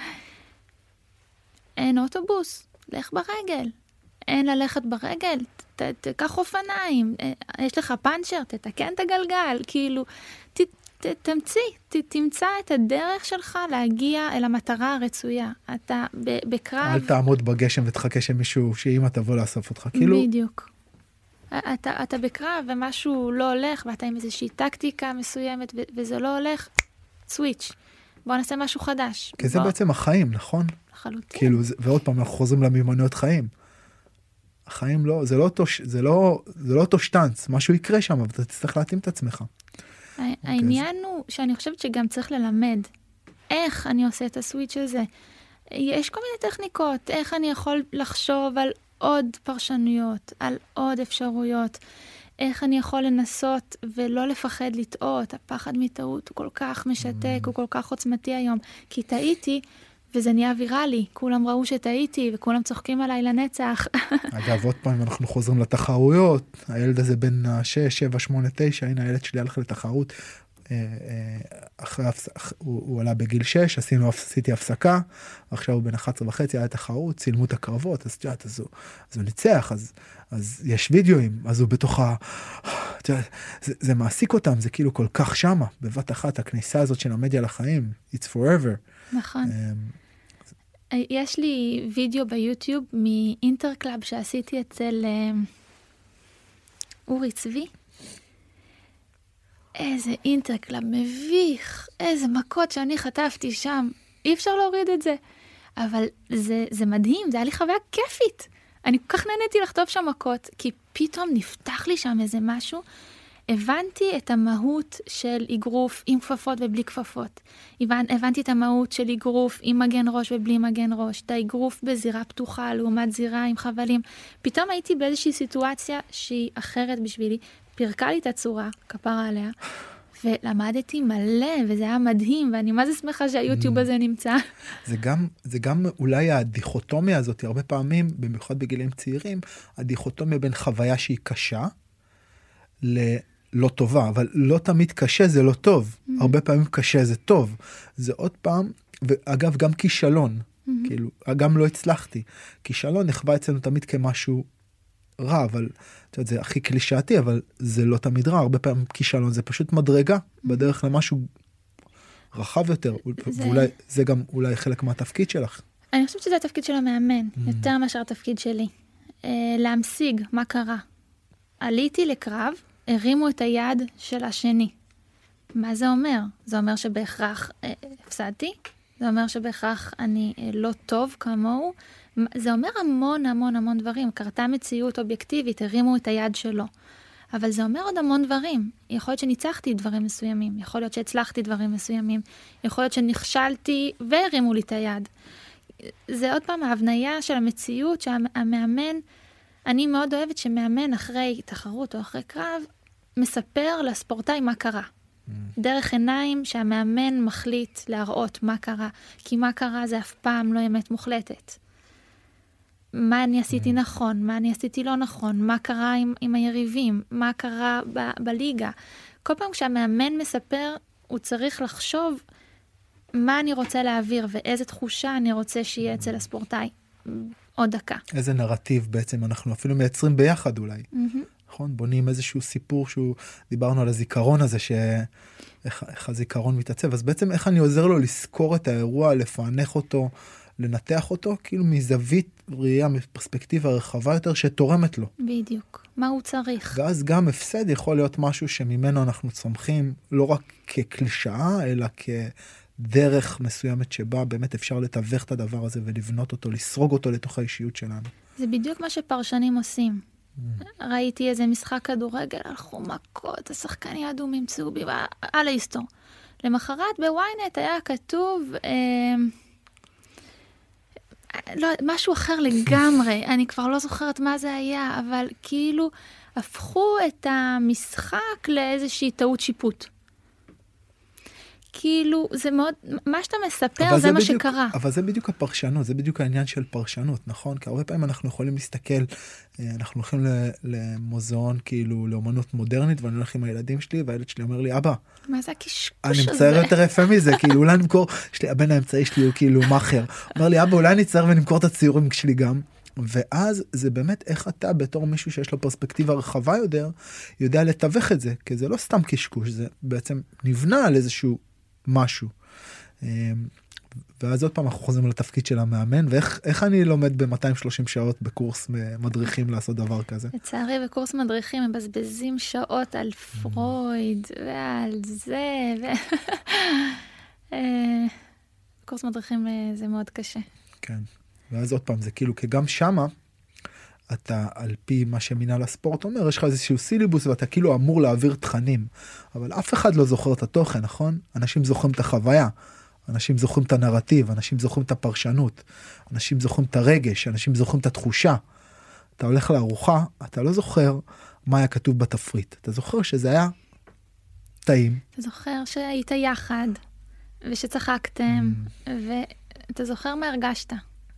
אין אוטובוס, לך ברגל. אין ללכת ברגל, ת, תקח אופניים, יש לך פנצ'ר, תתקן את הגלגל, כאילו, ת, ת, תמציא, ת, תמצא את הדרך שלך להגיע אל המטרה הרצויה. אתה ב, בקרב... אל תעמוד בגשם ותחכה שמישהו, שאמא תבוא לאסוף אותך, כאילו... בדיוק. אתה, אתה בקרב ומשהו לא הולך, ואתה עם איזושהי טקטיקה מסוימת, ו, וזה לא הולך, סוויץ'. בוא נעשה משהו חדש. כי זה בוא... בעצם החיים, נכון? לחלוטין. כאילו, ועוד פעם, אנחנו חוזרים למיומנויות חיים. החיים לא, זה לא אותו, זה לא, זה לא אותו שטנץ, משהו יקרה שם, אבל אתה תצטרך להתאים את עצמך. העניין הוא שאני חושבת שגם צריך ללמד איך אני עושה את הסוויץ' הזה. יש כל מיני טכניקות, איך אני יכול לחשוב על עוד פרשנויות, על עוד אפשרויות, איך אני יכול לנסות ולא לפחד לטעות. הפחד מטעות הוא כל כך משתק, הוא כל כך עוצמתי היום, כי טעיתי, וזה נהיה ויראלי, כולם ראו שטעיתי, וכולם צוחקים עליי לנצח. אגב, עוד פעם, אנחנו חוזרים לתחרויות, הילד הזה בין שש, שבע, שמונה, תשע, הנה הילד שלי הלך לתחרות, אחרי, הוא, הוא עלה בגיל שש, עשינו, עשיתי הפסקה, עכשיו הוא בין אחת עשרה וחצי, היה תחרות, צילמו את הקרבות, אז, תשעת, אז, הוא, אז הוא ניצח, אז, אז יש וידאוים, אז הוא בתוך ה... תשעת, זה, זה מעסיק אותם, זה כאילו כל כך שמה, בבת אחת, הכניסה הזאת של המדיה לחיים, it's forever. נכון. יש לי וידאו ביוטיוב מאינטרקלאב שעשיתי אצל אורי צבי. איזה אינטרקלאב מביך, איזה מכות שאני חטפתי שם. אי אפשר להוריד את זה. אבל זה, זה מדהים, זה היה לי חוויה כיפית. אני כל כך נהניתי לכתוב שם מכות, כי פתאום נפתח לי שם איזה משהו. הבנתי את המהות של אגרוף עם כפפות ובלי כפפות. הבנתי את המהות של אגרוף עם מגן ראש ובלי מגן ראש. את האגרוף בזירה פתוחה לעומת זירה עם חבלים. פתאום הייתי באיזושהי סיטואציה שהיא אחרת בשבילי. פרקה לי את הצורה, כפרה עליה, ולמדתי מלא, וזה היה מדהים, ואני מה זה שמחה שהיוטיוב הזה נמצא. זה גם, זה גם אולי הדיכוטומיה הזאת, הרבה פעמים, במיוחד בגילים צעירים, הדיכוטומיה בין חוויה שהיא קשה, ללא טובה, אבל לא תמיד קשה זה לא טוב. הרבה פעמים קשה זה טוב. זה עוד פעם, ואגב גם כישלון, כאילו, גם לא הצלחתי. כישלון נחווה אצלנו תמיד כמשהו רע, אבל את יודעת, זה הכי קלישאתי, אבל זה לא תמיד רע. הרבה פעמים כישלון זה פשוט מדרגה בדרך למשהו רחב יותר, זה... ואולי זה גם אולי חלק מהתפקיד שלך. אני חושבת שזה התפקיד של המאמן, mm. יותר מאשר התפקיד שלי. אה, להמשיג מה קרה. עליתי לקרב, הרימו את היד של השני. מה זה אומר? זה אומר שבהכרח אה, הפסדתי? זה אומר שבהכרח אני אה, לא טוב כמוהו? זה אומר המון המון המון דברים. קרתה מציאות אובייקטיבית, הרימו את היד שלו. אבל זה אומר עוד המון דברים. יכול להיות שניצחתי דברים מסוימים, יכול להיות שהצלחתי דברים מסוימים, יכול להיות שנכשלתי והרימו לי את היד. זה עוד פעם ההבניה של המציאות שהמאמן, אני מאוד אוהבת שמאמן אחרי תחרות או אחרי קרב, מספר לספורטאי מה קרה. דרך עיניים שהמאמן מחליט להראות מה קרה, כי מה קרה זה אף פעם לא אמת מוחלטת. מה אני עשיתי נכון, מה אני עשיתי לא נכון, מה קרה עם, עם היריבים, מה קרה ב- בליגה. כל פעם כשהמאמן מספר, הוא צריך לחשוב מה אני רוצה להעביר ואיזה תחושה אני רוצה שיהיה אצל הספורטאי. עוד דקה. איזה נרטיב בעצם אנחנו אפילו מייצרים ביחד אולי. Mm-hmm. נכון? בונים איזשהו סיפור שהוא, דיברנו על הזיכרון הזה, שאיך איך הזיכרון מתעצב, אז בעצם איך אני עוזר לו לזכור את האירוע, לפענח אותו, לנתח אותו, כאילו מזווית ראייה, מפרספקטיבה רחבה יותר, שתורמת לו. בדיוק. מה הוא צריך? ואז גם הפסד יכול להיות משהו שממנו אנחנו צומחים, לא רק כקלישאה, אלא כדרך מסוימת שבה באמת אפשר לתווך את הדבר הזה ולבנות אותו, לסרוג אותו לתוך האישיות שלנו. זה בדיוק מה שפרשנים עושים. ראיתי איזה משחק כדורגל, הלכו מכות, השחקנים אדומים צהובים, על ההיסטור. למחרת בוויינט היה כתוב... אה, לא, משהו אחר לגמרי, אני כבר לא זוכרת מה זה היה, אבל כאילו הפכו את המשחק לאיזושהי טעות שיפוט. כאילו, זה מאוד, מה שאתה מספר זה מה בדיוק, שקרה. אבל זה בדיוק הפרשנות, זה בדיוק העניין של פרשנות, נכון? כי הרבה פעמים אנחנו יכולים להסתכל, אנחנו הולכים למוזיאון, כאילו, לאומנות מודרנית, ואני הולך עם הילדים שלי, והילד שלי אומר לי, אבא, מה זה הקשקוש אני הזה? מצייר יותר יפה מזה, כאילו, אולי נמכור, שלי, הבן האמצעי שלי הוא כאילו מאחר. אומר לי, אבא, אולי אני אצייר ונמכור את הציורים שלי גם. ואז זה באמת איך אתה בתור מישהו שיש לו פרספקטיבה רחבה יותר, יודע לתווך את זה, כי זה לא סתם קשקוש, זה בעצם נבנה על איזשהו משהו. ואז עוד פעם אנחנו חוזרים לתפקיד של המאמן, ואיך איך אני לומד ב-מאתיים ושלושים שעות בקורס מדריכים לעשות דבר כזה? לצערי בקורס מדריכים הם מבזבזים שעות על פרויד ועל זה. ו... קורס מדריכים זה מאוד קשה. כן. ואז עוד פעם, זה כאילו, כי גם שמה, אתה, על פי מה שמינהל הספורט אומר, יש לך איזשהו סיליבוס, ואתה כאילו אמור להעביר תכנים. אבל אף אחד לא זוכר את התוכן, נכון? אנשים זוכרים את החוויה, אנשים זוכרים את הנרטיב, אנשים זוכרים את הפרשנות, אנשים זוכרים את הרגש, אנשים זוכרים את התחושה. אתה הולך לארוחה, אתה לא זוכר מה היה כתוב בתפריט. אתה זוכר שזה היה טעים. אתה זוכר שהיית יחד, ושצחקתם, mm. ואתה זוכר מה הרגשת.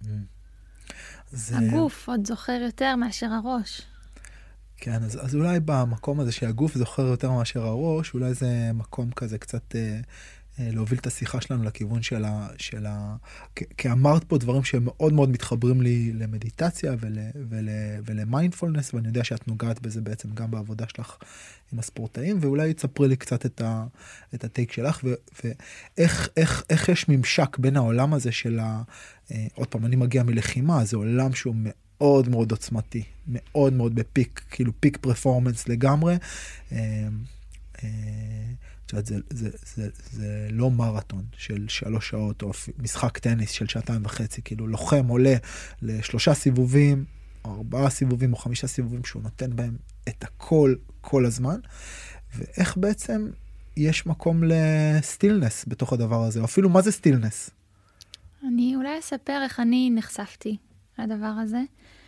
זה... הגוף עוד זוכר יותר מאשר הראש. כן, אז, אז אולי במקום הזה שהגוף זוכר יותר מאשר הראש, אולי זה מקום כזה קצת אה, אה, להוביל את השיחה שלנו לכיוון של ה... של ה... כי, כי אמרת פה דברים שהם מאוד מאוד מתחברים לי למדיטציה ול, ול, ולמיינדפולנס, ואני יודע שאת נוגעת בזה בעצם גם בעבודה שלך עם הספורטאים, ואולי תספרי לי קצת את, ה, את הטייק שלך, ו, ואיך איך, איך יש ממשק בין העולם הזה של ה... אה, עוד פעם, אני מגיע מלחימה, זה עולם שהוא מאוד מאוד עוצמתי, מאוד מאוד בפיק, כאילו פיק פרפורמנס לגמרי. אה, אה, זה, זה, זה, זה לא מרתון של שלוש שעות, או משחק טניס של שעתיים וחצי, כאילו לוחם עולה לשלושה סיבובים, או ארבעה סיבובים, או חמישה סיבובים, שהוא נותן בהם את הכל, כל הזמן, ואיך בעצם יש מקום לסטילנס בתוך הדבר הזה, או אפילו מה זה סטילנס? אני אולי אספר איך אני נחשפתי לדבר הזה.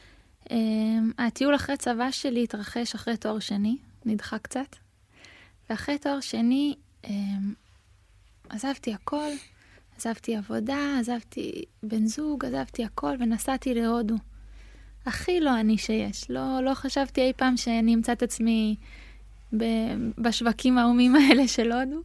הטיול אחרי צבא שלי התרחש אחרי תואר שני, נדחה קצת, ואחרי תואר שני עזבתי הכל, עזבתי עבודה, עזבתי בן זוג, עזבתי הכל, ונסעתי להודו. הכי לא אני שיש. לא, לא חשבתי אי פעם שאני אמצא את עצמי בשווקים האומים האלה של הודו.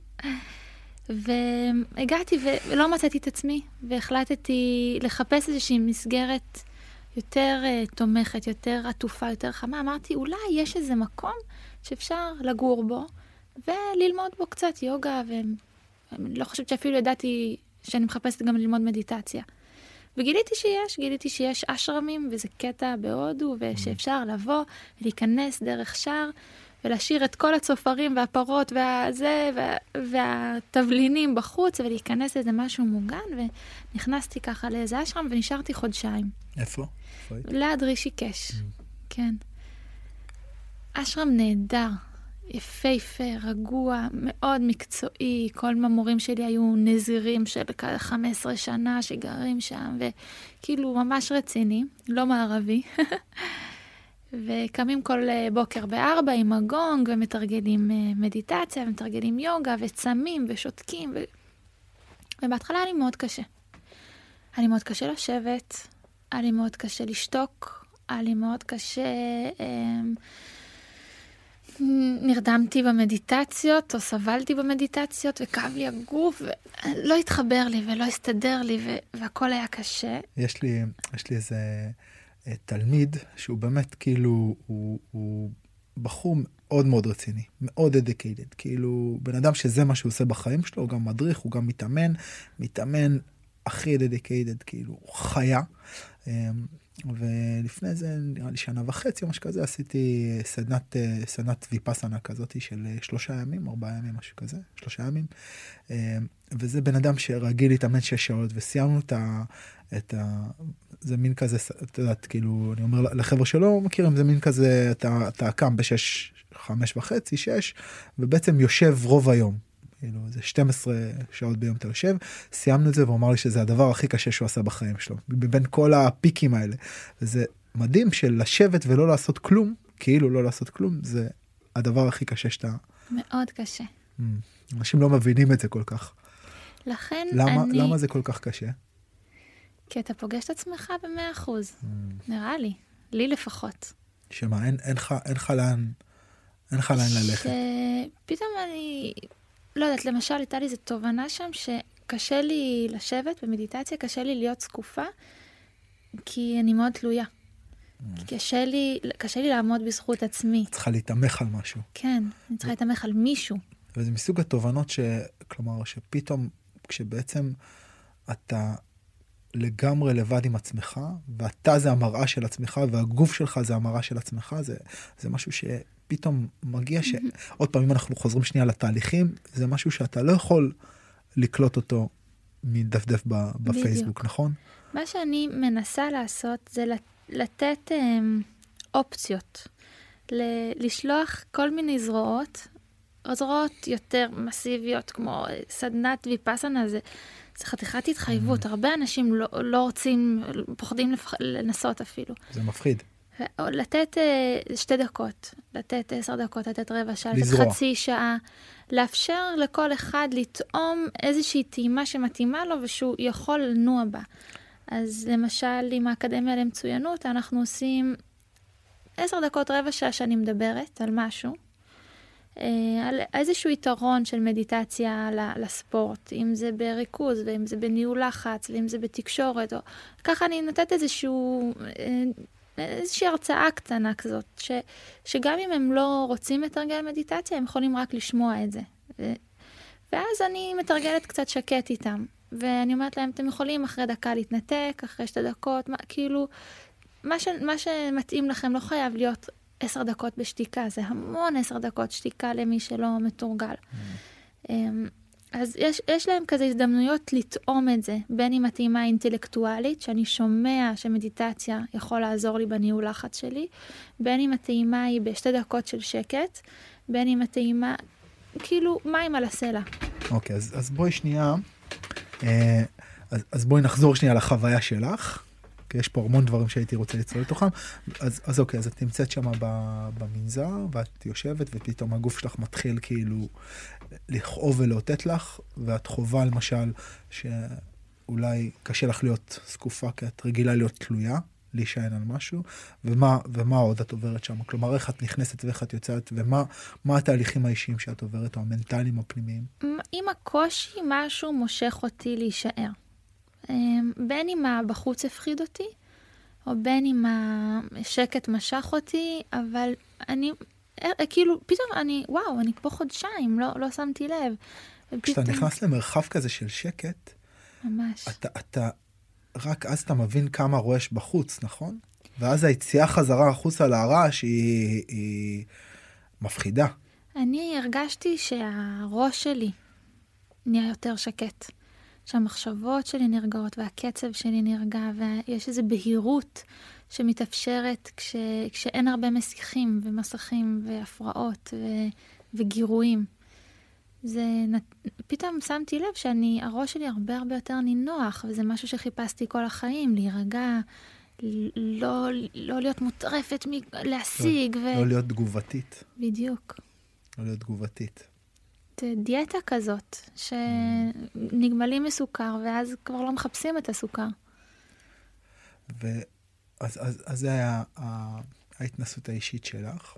והגעתי ולא מצאתי את עצמי, והחלטתי לחפש איזושהי מסגרת יותר uh, תומכת, יותר עטופה, יותר חמה. אמרתי, אולי יש איזה מקום שאפשר לגור בו, וללמוד בו קצת יוגה, ולא חושבת שאפילו ידעתי שאני מחפשת גם ללמוד מדיטציה. וגיליתי שיש, גיליתי שיש אשרמים, וזה קטע בהודו, ושאפשר לבוא ולהיכנס דרך שער, ולהשאיר את כל הצופרים והפרות והזה, וה, והתבלינים בחוץ, ולהיכנס לאיזה משהו מוגן, ונכנסתי ככה לאיזה אשרם, ונשארתי חודשיים. איפה? ליד רישיקש, mm. כן. אשרם נהדר, יפהפה, רגוע, מאוד מקצועי, כל המורים שלי היו נזירים של חמש עשרה שנה שגרים שם, וכאילו ממש רציני, לא מערבי. וקמים כל בוקר בארבע עם הגונג, ומתרגלים מדיטציה, ומתרגלים יוגה, וצמים, ושותקים. ו... ובהתחלה היה לי מאוד קשה. היה לי מאוד קשה לשבת, היה לי מאוד קשה לשתוק, היה לי מאוד קשה... נרדמתי במדיטציות, או סבלתי במדיטציות, וכאב לי הגוף, ולא התחבר לי, ולא הסתדר לי, ו... והכל היה קשה. יש לי, יש לי איזה... תלמיד שהוא באמת כאילו הוא, הוא בחור מאוד מאוד רציני, מאוד dedicated, כאילו בן אדם שזה מה שהוא עושה בחיים שלו, הוא גם מדריך, הוא גם מתאמן, מתאמן הכי dedicated, כאילו חיה. ולפני זה נראה לי שנה וחצי או משהו כזה, עשיתי סדנת, סדנת ויפסנה כזאת של שלושה ימים, ארבעה ימים, משהו כזה, שלושה ימים. וזה בן אדם שרגיל להתאמן שש שעות, וסיימנו את ה... את ה... זה מין כזה, את יודעת, כאילו, אני אומר לחבר'ה שלא מכירים, זה מין כזה, אתה, אתה קם בשש, חמש וחצי, שש, ובעצם יושב רוב היום. כאילו, זה שתים עשרה שעות ביום אתה יושב, סיימנו את זה, והוא אמר לי שזה הדבר הכי קשה שהוא עשה בחיים שלו, בין כל הפיקים האלה. וזה מדהים של לשבת ולא לעשות כלום, כאילו לא לעשות כלום, זה הדבר הכי קשה שאתה... מאוד קשה. אנשים לא מבינים את זה כל כך. לכן למה, אני... למה זה כל כך קשה? כי אתה פוגש את עצמך במאה אחוז. נראה לי. לי לפחות. שמה, אין, אין, אין, אין לך לאן, אין לך לאן ללכת. שפתאום אני... לא יודעת, למשל, הייתה לי איזו תובנה שם שקשה לי לשבת במדיטציה, קשה לי להיות זקופה, כי אני מאוד תלויה. כי קשה לי, קשה לי לעמוד בזכות עצמי. צריכה להתאמך על משהו. כן, אני צריכה להתאמך על מישהו. וזה מסוג התובנות ש... כלומר, שפתאום, כשבעצם אתה לגמרי לבד עם עצמך, ואתה זה המראה של עצמך, והגוף שלך זה המראה של עצמך, זה, זה משהו שפתאום מגיע ש... עוד פעם, אם אנחנו חוזרים שנייה לתהליכים, זה משהו שאתה לא יכול לקלוט אותו מדפדף בפייסבוק, בדיוק. נכון? מה שאני מנסה לעשות זה לתת um, אופציות, ל- לשלוח כל מיני זרועות, זרועות יותר מסיביות, כמו סדנת ויפאסנה, זה, זה חתיכת התחייבות. הרבה אנשים לא, לא רוצים, פוחדים לפח, לנסות אפילו. זה מפחיד. לתת uh, שתי דקות, לתת עשר דקות, לתת רבע שעה, לתת חצי שעה, לאפשר לכל אחד לטעום איזושהי טעימה שמתאימה לו ושהוא יכול לנוע בה. אז למשל, עם האקדמיה למצוינות, אנחנו עושים עשר דקות, רבע שעה שאני מדברת על משהו, על איזשהו יתרון של מדיטציה לספורט, אם זה בריכוז, ואם זה בניהול לחץ, ואם זה בתקשורת, או... ככה אני נותנת איזשהו, איזושהי הרצאה קטנה כזאת, ש... שגם אם הם לא רוצים לתרגל מדיטציה, הם יכולים רק לשמוע את זה. ו... ואז אני מתרגלת קצת שקט איתם. ואני אומרת להם, אתם יכולים אחרי דקה להתנתק, אחרי שתי דקות, מה, כאילו, מה, ש, מה שמתאים לכם לא חייב להיות עשר דקות בשתיקה, זה המון עשר דקות שתיקה למי שלא מתורגל. Mm. אז יש, יש להם כזה הזדמנויות לטעום את זה, בין אם הטעימה האינטלקטואלית, שאני שומע שמדיטציה יכול לעזור לי בניהול לחץ שלי, בין אם הטעימה היא בשתי דקות של שקט, בין אם הטעימה, כאילו, מים על הסלע. אוקיי, אז, אז בואי שנייה... אז, אז בואי נחזור שנייה לחוויה שלך, כי יש פה המון דברים שהייתי רוצה לצלול לתוכם. אז, אז אוקיי, אז את נמצאת שם במנזר, ואת יושבת, ופתאום הגוף שלך מתחיל כאילו לכאוב ולאותת לך, ואת חובה למשל שאולי קשה לך להיות זקופה, כי את רגילה להיות תלויה, להישען על משהו, ומה, ומה עוד את עוברת שם? כלומר, איך את נכנסת ואיך את יוצאת, ומה מה התהליכים האישיים שאת עוברת, או המנטליים או הפנימיים? עם הקושי, משהו מושך אותי להישאר. בין אם הבחוץ הפחיד אותי, או בין אם השקט משך אותי, אבל אני, כאילו, פתאום אני, וואו, אני כמו חודשיים, לא, לא שמתי לב. כשאתה ופתאום... נכנס למרחב כזה של שקט, ממש. אתה, אתה, רק אז אתה מבין כמה רועש בחוץ, נכון? ואז היציאה חזרה החוצה לרעש היא, היא מפחידה. אני הרגשתי שהראש שלי נהיה יותר שקט. שהמחשבות שלי נרגעות והקצב שלי נרגע, ויש איזו בהירות שמתאפשרת כש, כשאין הרבה מסיכים ומסכים והפרעות ו, וגירויים. זה, פתאום שמתי לב שאני, הראש שלי הרבה הרבה יותר נינוח, וזה משהו שחיפשתי כל החיים, להירגע, לא, לא להיות מוטרפת להשיג. לא, ו... לא להיות תגובתית. בדיוק. לא להיות תגובתית. זה דיאטה כזאת, שנגמלים מסוכר, ואז כבר לא מחפשים את הסוכר. ואז אז, אז זה היה ההתנסות האישית שלך,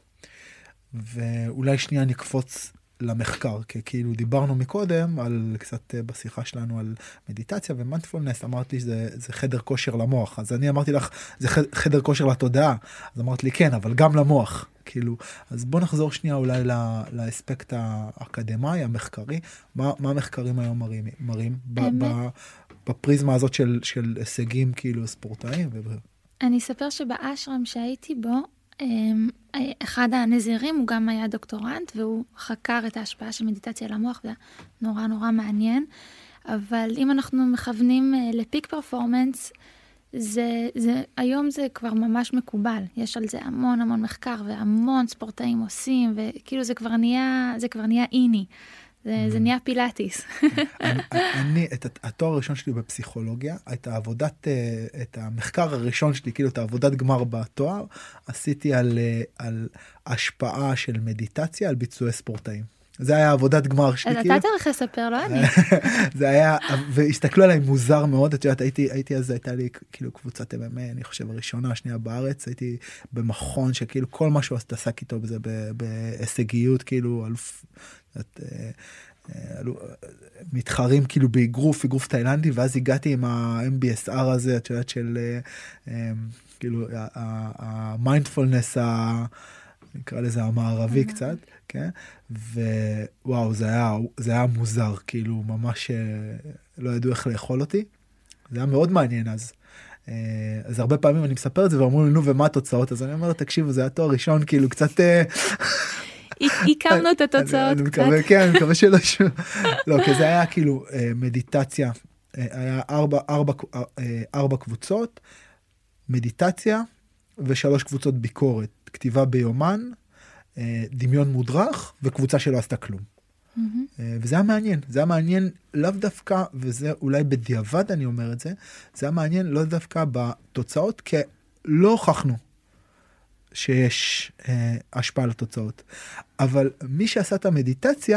ואולי שנייה נקפוץ למחקר, כי כאילו דיברנו מקודם, על קצת בשיחה שלנו על מדיטציה ומיינדפולנס, אמרת לי שזה זה חדר כושר למוח, אז אני אמרתי לך, זה חדר כושר לתודעה, אז אמרת לי כן, אבל גם למוח, כאילו, אז בוא נחזור שנייה אולי לאספקט האקדמי, המחקרי, מה, מה המחקרים היום מראים, מראים ב, ב, בפריזמה הזאת של, של הישגים כאילו ספורטאים? ו... אני אספר שבאשרם שהייתי בו, אחד הנזירים הוא גם היה דוקטורנט, והוא חקר את ההשפעה של מדיטציה על המוח, וזה נורא נורא מעניין. אבל אם אנחנו מכוונים לפיק פרפורמנס, זה, זה, היום זה כבר ממש מקובל. יש על זה המון המון מחקר, והמון ספורטאים עושים, וכאילו זה כבר נהיה, זה כבר נהיה איני. זה, זה נהיה פילאטיס. אני, אני, את התואר הראשון שלי בפסיכולוגיה, את העבודת, את המחקר הראשון שלי, כאילו את העבודת גמר בתואר, עשיתי על, על השפעה של מדיטציה על ביצועי ספורטאים. זה היה עבודת גמר שלי. אתה צריך לספר, לא אני. זה היה, והסתכלו עליי מוזר מאוד, את יודעת, הייתי, הייתי אז, הייתה לי כאילו קבוצת אם אם איי, אני חושב הראשונה, השנייה בארץ, הייתי במכון שכאילו כל משהו עסק איתו בזה, בהישגיות, כאילו, אלוף, מתחרים כאילו באגרוף, אגרוף תאילנדי, ואז הגעתי עם ה-אם בי אס אר הזה, את יודעת, של כאילו, המיינדפולנס, נקרא לזה המערבי קצת, כן? ווואו, זה היה, זה היה מוזר, כאילו, ממש לא ידעו איך לאכול אותי. זה היה מאוד מעניין אז. אז הרבה פעמים אני מספר את זה, ואומרים לנו, ומה התוצאות? אז אני אומר, תקשיבו, זה היה תואר ראשון, כאילו, קצת... הקמנו את התוצאות קצת. כן, אני מקווה שלא שוב. לא, כי זה היה כאילו מדיטציה, היה ארבע, ארבע, ארבע קבוצות, מדיטציה, ושלוש קבוצות ביקורת, כתיבה ביומן, דמיון מודרך, וקבוצה שלא עשתה כלום. וזה היה מעניין, זה היה מעניין לאו דווקא, וזה אולי בדיעבד אני אומר את זה, זה היה מעניין לא דווקא בתוצאות, כי לא הוכחנו שיש אה, השפעה על התוצאות. אבל מי שעשה את המדיטציה,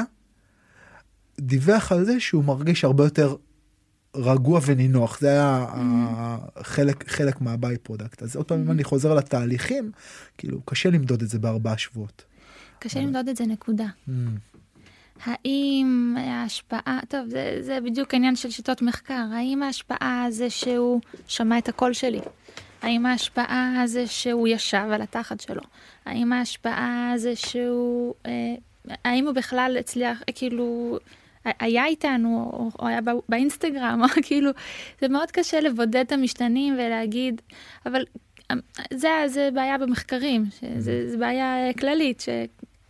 דיווח על זה שהוא מרגיש הרבה יותר רגוע ונינוח. זה היה mm. חלק, חלק מהביי פרודקט. אז עוד פעם, mm. אם אני חוזר לתהליכים, כאילו, קשה למדוד את זה בארבעה שבועות. קשה למדוד את זה נקודה. Mm. האם ההשפעה, טוב, זה, זה בדיוק העניין של שיטות מחקר, האם ההשפעה זה שהוא שמע את הקול שלי? האם ההשפעה זה שהוא ישב על התחת שלו? האם ההשפעה זה שהוא, אה, האם הוא בכלל הצליח, כאילו, היה איתנו, או, או היה בא, באינסטגרם, או כאילו, זה מאוד קשה לבודד את המשתנים ולהגיד, אבל זה, זה בעיה במחקרים, זה, זה בעיה כללית, ש...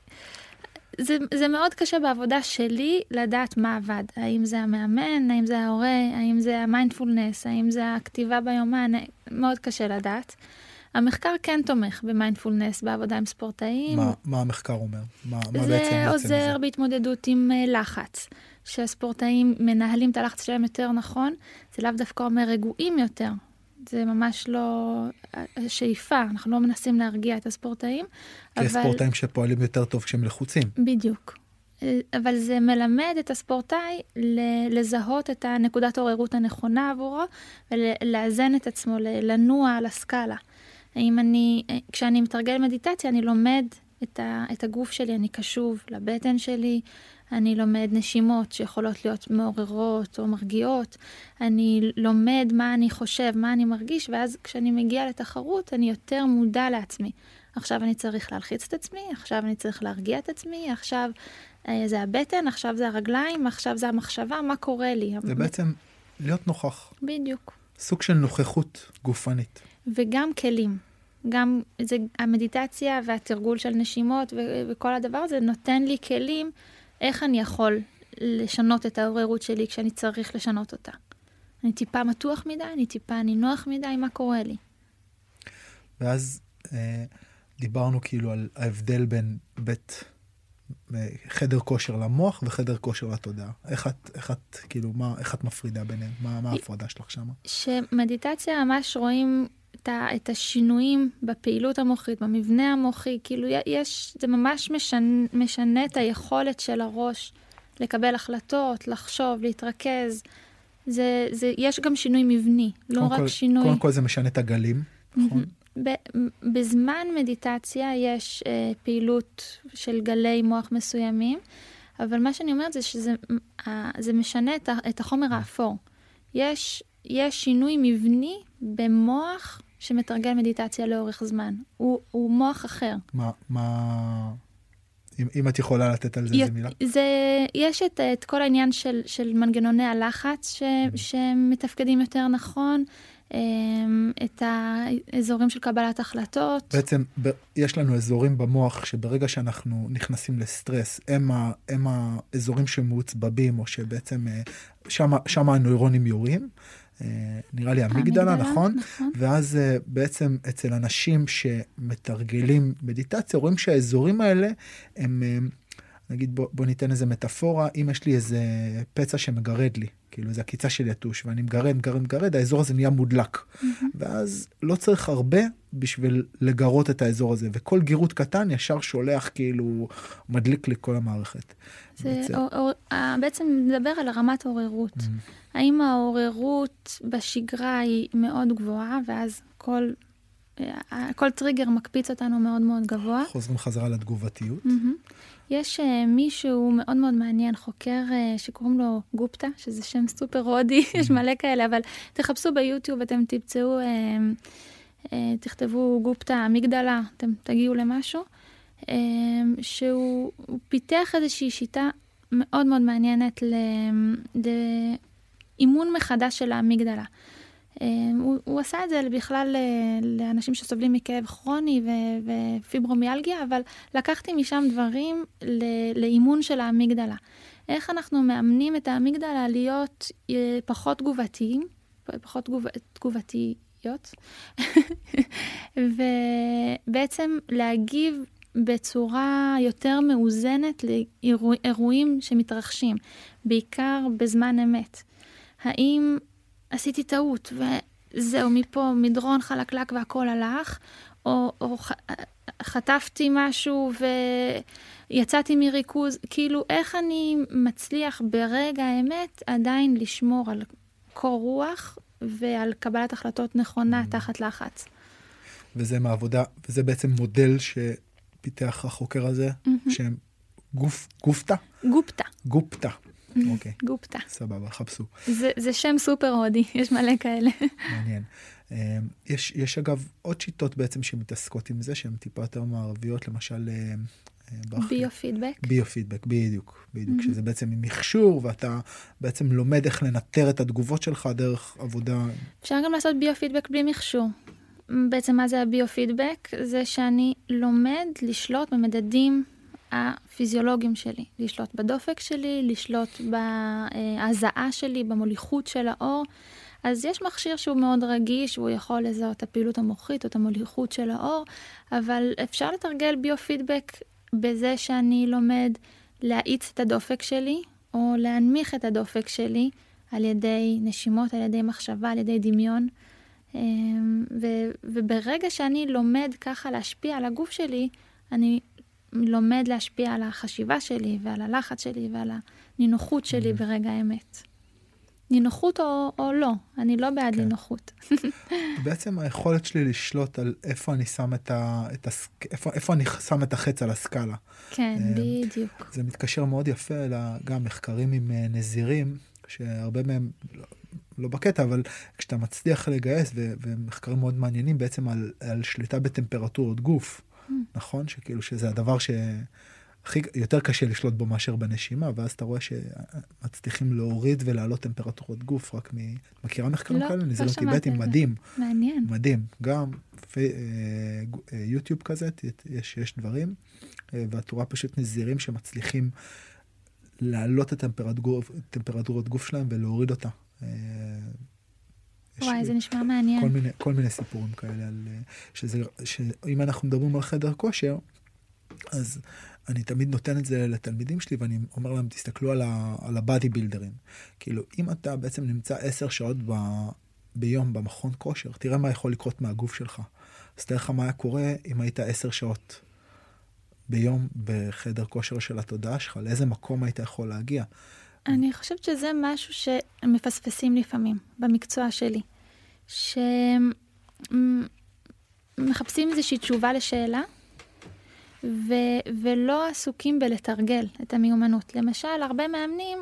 זה, זה מאוד קשה בעבודה שלי לדעת מה עבד. האם זה המאמן, האם זה ההורה, האם זה המיינדפולנס, האם זה הכתיבה ביומן, מאוד קשה לדעת. המחקר כן תומך במיינדפולנס בעבודה עם ספורטאים. מה, מה המחקר אומר? מה, מה זה בעצם עוזר זה? בהתמודדות עם לחץ. שהספורטאים מנהלים את הלחץ שלהם יותר נכון, זה לאו דווקא אומר רגועים יותר. זה ממש לא שאיפה, אנחנו לא מנסים להרגיע את הספורטאים. כי אבל... הספורטאים שפועלים יותר טוב כשהם לחוצים. בדיוק. אבל זה מלמד את הספורטאי לזהות את הנקודת העוררות הנכונה עבורו, ולאזן את עצמו, לנוע על הסקאלה. האם אני, כשאני מתרגל מדיטציה, אני לומד את, ה, את הגוף שלי, אני קשוב לבטן שלי, אני לומד נשימות שיכולות להיות מעוררות או מרגיעות, אני לומד מה אני חושב, מה אני מרגיש, ואז כשאני מגיעה לתחרות, אני יותר מודע לעצמי. עכשיו אני צריך להלחיץ את עצמי, עכשיו אני צריך להרגיע את עצמי, עכשיו זה הבטן, עכשיו זה הרגליים, עכשיו זה המחשבה, מה קורה לי? זה בעצם להיות נוכח. בדיוק. סוג של נוכחות גופנית. וגם כלים. גם זה, המדיטציה והתרגול של נשימות ו- וכל הדבר הזה נותן לי כלים איך אני יכול לשנות את העוררות שלי כשאני צריך לשנות אותה. אני טיפה מתוח מדי, אני טיפה נינוח מדי, מה קורה לי? ואז אה, דיברנו כאילו על ההבדל בין בית חדר כושר למוח וחדר כושר לתודעה. איך את, איך את, כאילו, מה, איך את מפרידה ביניהם? מה, מה ההפרדה שלך שמה? שמדיטציה ממש רואים את השינויים בפעילות המוחית, במבנה המוחי, כאילו יש, זה ממש משנה, משנה את היכולת של הראש לקבל החלטות, לחשוב, להתרכז. זה, זה, יש גם שינוי מבני, לא רק כל, שינוי... קודם כל זה משנה את הגלים, נכון? ב- בזמן מדיטציה יש אה, פעילות של גלי מוח מסוימים, אבל מה שאני אומרת זה שזה אה, זה משנה את, את החומר האפור. יש, יש שינוי מבני במוח שמתרגל מדיטציה לאורך זמן. הוא, הוא מוח אחר. מה, מה, אם, אם את יכולה לתת על זה, י, זה מילה? זה, יש את, את כל העניין של, של מנגנוני הלחץ ש, mm-hmm. שמתפקדים יותר נכון, את האזורים של קבלת החלטות. בעצם יש לנו אזורים במוח שברגע שאנחנו נכנסים לסטרס, הם, ה, הם האזורים שמעוצבבים, או שבעצם שמה, שמה הנוירונים יורים. נראה לי המגדלה, נכון? נכון? ואז בעצם אצל אנשים שמתרגלים מדיטציה, רואים שהאזורים האלה הם, נגיד בוא, בוא ניתן איזה מטאפורה, אם יש לי איזה פצע שמגרד לי, כאילו זה הקיצה של יתוש, ואני מגרד, מגרד, מגרד, האזור הזה נהיה מודלק. Mm-hmm. ואז לא צריך הרבה בשביל לגרות את האזור הזה, וכל גירות קטן ישר שולח כאילו מדליק לכל המערכת. זה בעצם, או, או, בעצם מדבר על רמת עוררות. Mm-hmm. האם העוררות בשגרה היא מאוד גבוהה, ואז כל... כל טריגר מקפיץ אותנו מאוד מאוד גבוה. חוזרים חזרה לתגובתיות. Mm-hmm. יש uh, מישהו מאוד מאוד מעניין, חוקר uh, שקוראים לו גופטה, שזה שם סופר הודי, mm-hmm. יש מלא כאלה, אבל תחפשו ביוטיוב, אתם תמצאו, uh, uh, תכתבו גופטה אמיגדלה, אתם תגיעו למשהו, uh, שהוא פיתח איזושהי שיטה מאוד מאוד מעניינת לאימון מחדש של האמיגדלה. הוא, הוא עשה את זה בכלל לאנשים שסובלים מכאב כרוני ו- ופיברומיאלגיה, אבל לקחתי משם דברים לאימון של האמיגדלה. איך אנחנו מאמנים את האמיגדלה להיות פחות תגובתיים, פחות תגוב, תגובתיות, ובעצם להגיב בצורה יותר מאוזנת לאירועים שמתרחשים, בעיקר בזמן אמת. האם עשיתי טעות, וזהו, מפה מדרון חלקלק והכל הלך, או, או ח, חטפתי משהו ויצאתי מריכוז, כאילו איך אני מצליח ברגע האמת עדיין לשמור על קור רוח ועל קבלת החלטות נכונה mm. תחת לחץ. וזה מעבודה, וזה בעצם מודל שפיתח החוקר הזה, mm-hmm. שהם גוף, גופטה? גופטה. גופטה. אוקיי. גופטה. סבבה, חפשו. זה, זה שם סופר הודי, יש מלא כאלה. מעניין. יש, יש אגב עוד שיטות בעצם שמתעסקות עם זה, שהן טיפה יותר מערביות, למשל... ביו-פידבק. ביו-פידבק, בדיוק. בדיוק, שזה בעצם עם מכשור, ואתה בעצם לומד איך לנטר את התגובות שלך דרך עבודה... אפשר גם לעשות ביו-פידבק בלי מכשור. בעצם מה זה הביו-פידבק? זה שאני לומד לשלוט במדדים הפיזיולוגיים שלי, לשלוט בדופק שלי, לשלוט בהזעה שלי, במוליכות של האור. אז יש מכשיר שהוא מאוד רגיש, והוא יכול לזהות את הפעילות המוחית או את המוליכות של האור, אבל אפשר לתרגל ביו-פידבק בזה שאני לומד להאיץ את הדופק שלי, או להנמיך את הדופק שלי, על ידי נשימות, על ידי מחשבה, על ידי דמיון. ו- וברגע שאני לומד ככה להשפיע על הגוף שלי, אני לומד להשפיע על החשיבה שלי ועל הלחץ שלי ועל הנינוחות שלי ברגע האמת. נינוחות או, או לא, אני לא בעד כן. נינוחות. בעצם היכולת שלי לשלוט על איפה אני שם את ה... את הס... איפה, איפה אני שם את החץ על הסקאלה. כן, בדיוק. זה מתקשר מאוד יפה גם מחקרים עם נזירים, שהרבה מהם, לא, לא בקטע, אבל כשאתה מצליח לגייס, ו... ומחקרים מאוד מעניינים בעצם על, על שליטה בטמפרטורות גוף. נכון? שכאילו שזה הדבר שהכי יותר קשה לשלוט בו מאשר בנשימה, ואז אתה רואה שמצליחים להוריד ולהעלות טמפרטורות גוף, רק מ... מכירה מחקרים כאלה? נזילות טיבטים, מדהים. מעניין. מדהים. גם יוטיוב כזה, יש, יש דברים, ואת רואה פשוט נזירים שמצליחים להעלות את טמפרטורות גוף שלהם ולהוריד אותה. וואי, זה נשמע מעניין. כל מיני, כל מיני סיפורים כאלה, על, שזה, שאם אנחנו מדברים על חדר כושר, אז אני תמיד נותן את זה לתלמידים שלי, ואני אומר להם, תסתכלו על, ה, על הבאדי בילדרים. כאילו, אם אתה בעצם נמצא עשר שעות ב, ביום במכון כושר, תראה מה יכול לקרות מהגוף שלך. אז תראה לך מה היה קורה אם היית עשר שעות ביום בחדר כושר של התודעה שלך, לאיזה מקום היית יכול להגיע. אני חושבת שזה משהו שמפספסים לפעמים במקצוע שלי. שמחפשים איזושהי תשובה לשאלה, ו- ולא עסוקים בלתרגל את המיומנות. למשל, הרבה מאמנים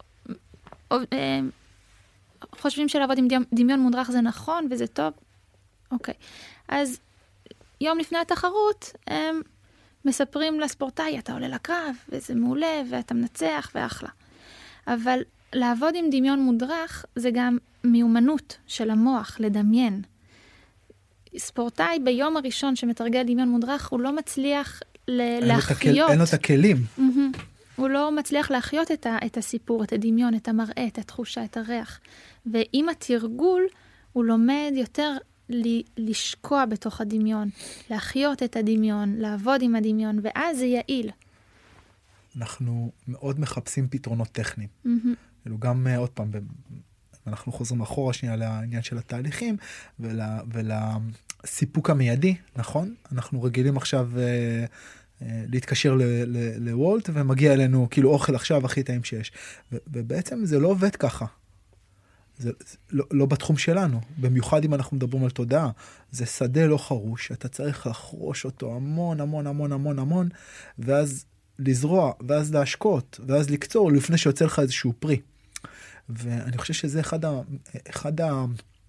חושבים שלעבוד עם דמיון מודרך זה נכון וזה טוב. אוקיי. אז יום לפני התחרות, הם מספרים לספורטאי, אתה עולה לקרב, וזה מעולה, ואתה מנצח, ואחלה. אבל לעבוד עם דמיון מודרך זה גם מיומנות של המוח, לדמיין. ספורטאי ביום הראשון שמתרגל דמיון מודרך, הוא לא מצליח ל- להחיות. אין לו את הכלים. Mm-hmm. הוא לא מצליח להחיות את, ה- את הסיפור, את הדמיון, את המראה, את התחושה, את הריח. ועם התרגול, הוא לומד יותר ל- לשקוע בתוך הדמיון, להחיות את הדמיון, לעבוד עם הדמיון, ואז זה יעיל. אנחנו מאוד מחפשים פתרונות טכניים. Mm-hmm. כאילו גם עוד פעם, אנחנו חוזרים אחורה שנייה לעניין של התהליכים, ול, ולסיפוק המיידי, נכון? אנחנו רגילים עכשיו אה, אה, להתקשר ל, ל, לוולט, ומגיע אלינו כאילו אוכל עכשיו הכי טעים שיש. ו, ובעצם זה לא עובד ככה. זה, זה לא, לא בתחום שלנו. במיוחד אם אנחנו מדברים על תודעה. זה שדה לא חרוש, אתה צריך לחרוש אותו המון, המון, המון, המון, המון, ואז לזרוע, ואז להשקות, ואז לקצור, לפני שיוצא לך איזשהו פרי. ואני חושב שזה אחד ה... אחד ה...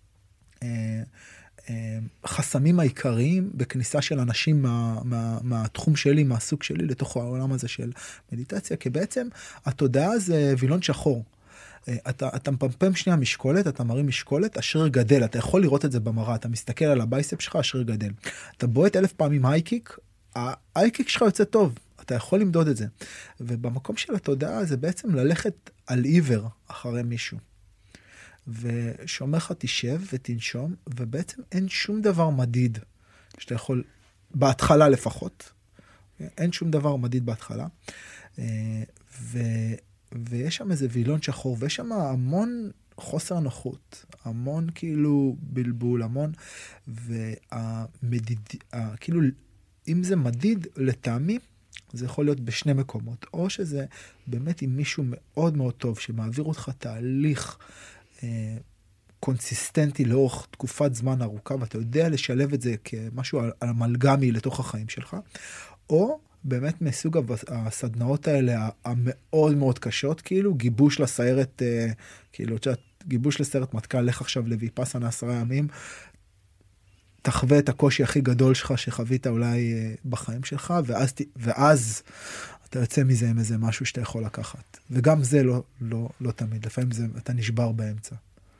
חסמים העיקריים בכניסה של אנשים מה, מה, מהתחום שלי, מהסוג שלי, לתוך העולם הזה של מדיטציה, כי בעצם התודעה זה וילון שחור. אתה, אתה מפמפם שנייה משקולת, אתה מרים משקולת, השריר גדל, אתה יכול לראות את זה במראה, אתה מסתכל על הבייספ שלך, השריר גדל. אתה בועט אלף פעמים הייקיק, ההייקיק שלך יוצא טוב, אתה יכול למדוד את זה. ובמקום של התודעה זה בעצם ללכת על עיוור אחרי מישהו. ושאומר לך תשב ותנשום, ובעצם אין שום דבר מדיד שאתה יכול, בהתחלה לפחות, אין שום דבר מדיד בהתחלה, ו, ויש שם איזה וילון שחור, ויש שם המון חוסר נוחות, המון כאילו בלבול, המון, והמדיד, כאילו, אם זה מדיד לטעמי, זה יכול להיות בשני מקומות, או שזה באמת עם מישהו מאוד מאוד טוב, שמעביר אותך תהליך, קונסיסטנטי לאורך תקופת זמן ארוכה, ואתה יודע לשלב את זה כמשהו אמלגמי לתוך החיים שלך, או באמת מסוג הסדנאות האלה המאוד מאוד קשות, כאילו גיבוש לסיירת, כאילו גיבוש לסיירת מטכ"ל, לך עכשיו לויפאסנה עשרה ימים, תחווה את הקושי הכי גדול שלך שחווית אולי בחיים שלך, ואז, ואז אתה יוצא מזה עם איזה משהו שאתה יכול לקחת. וגם זה לא, לא, לא תמיד. לפעמים זה, אתה נשבר באמצע.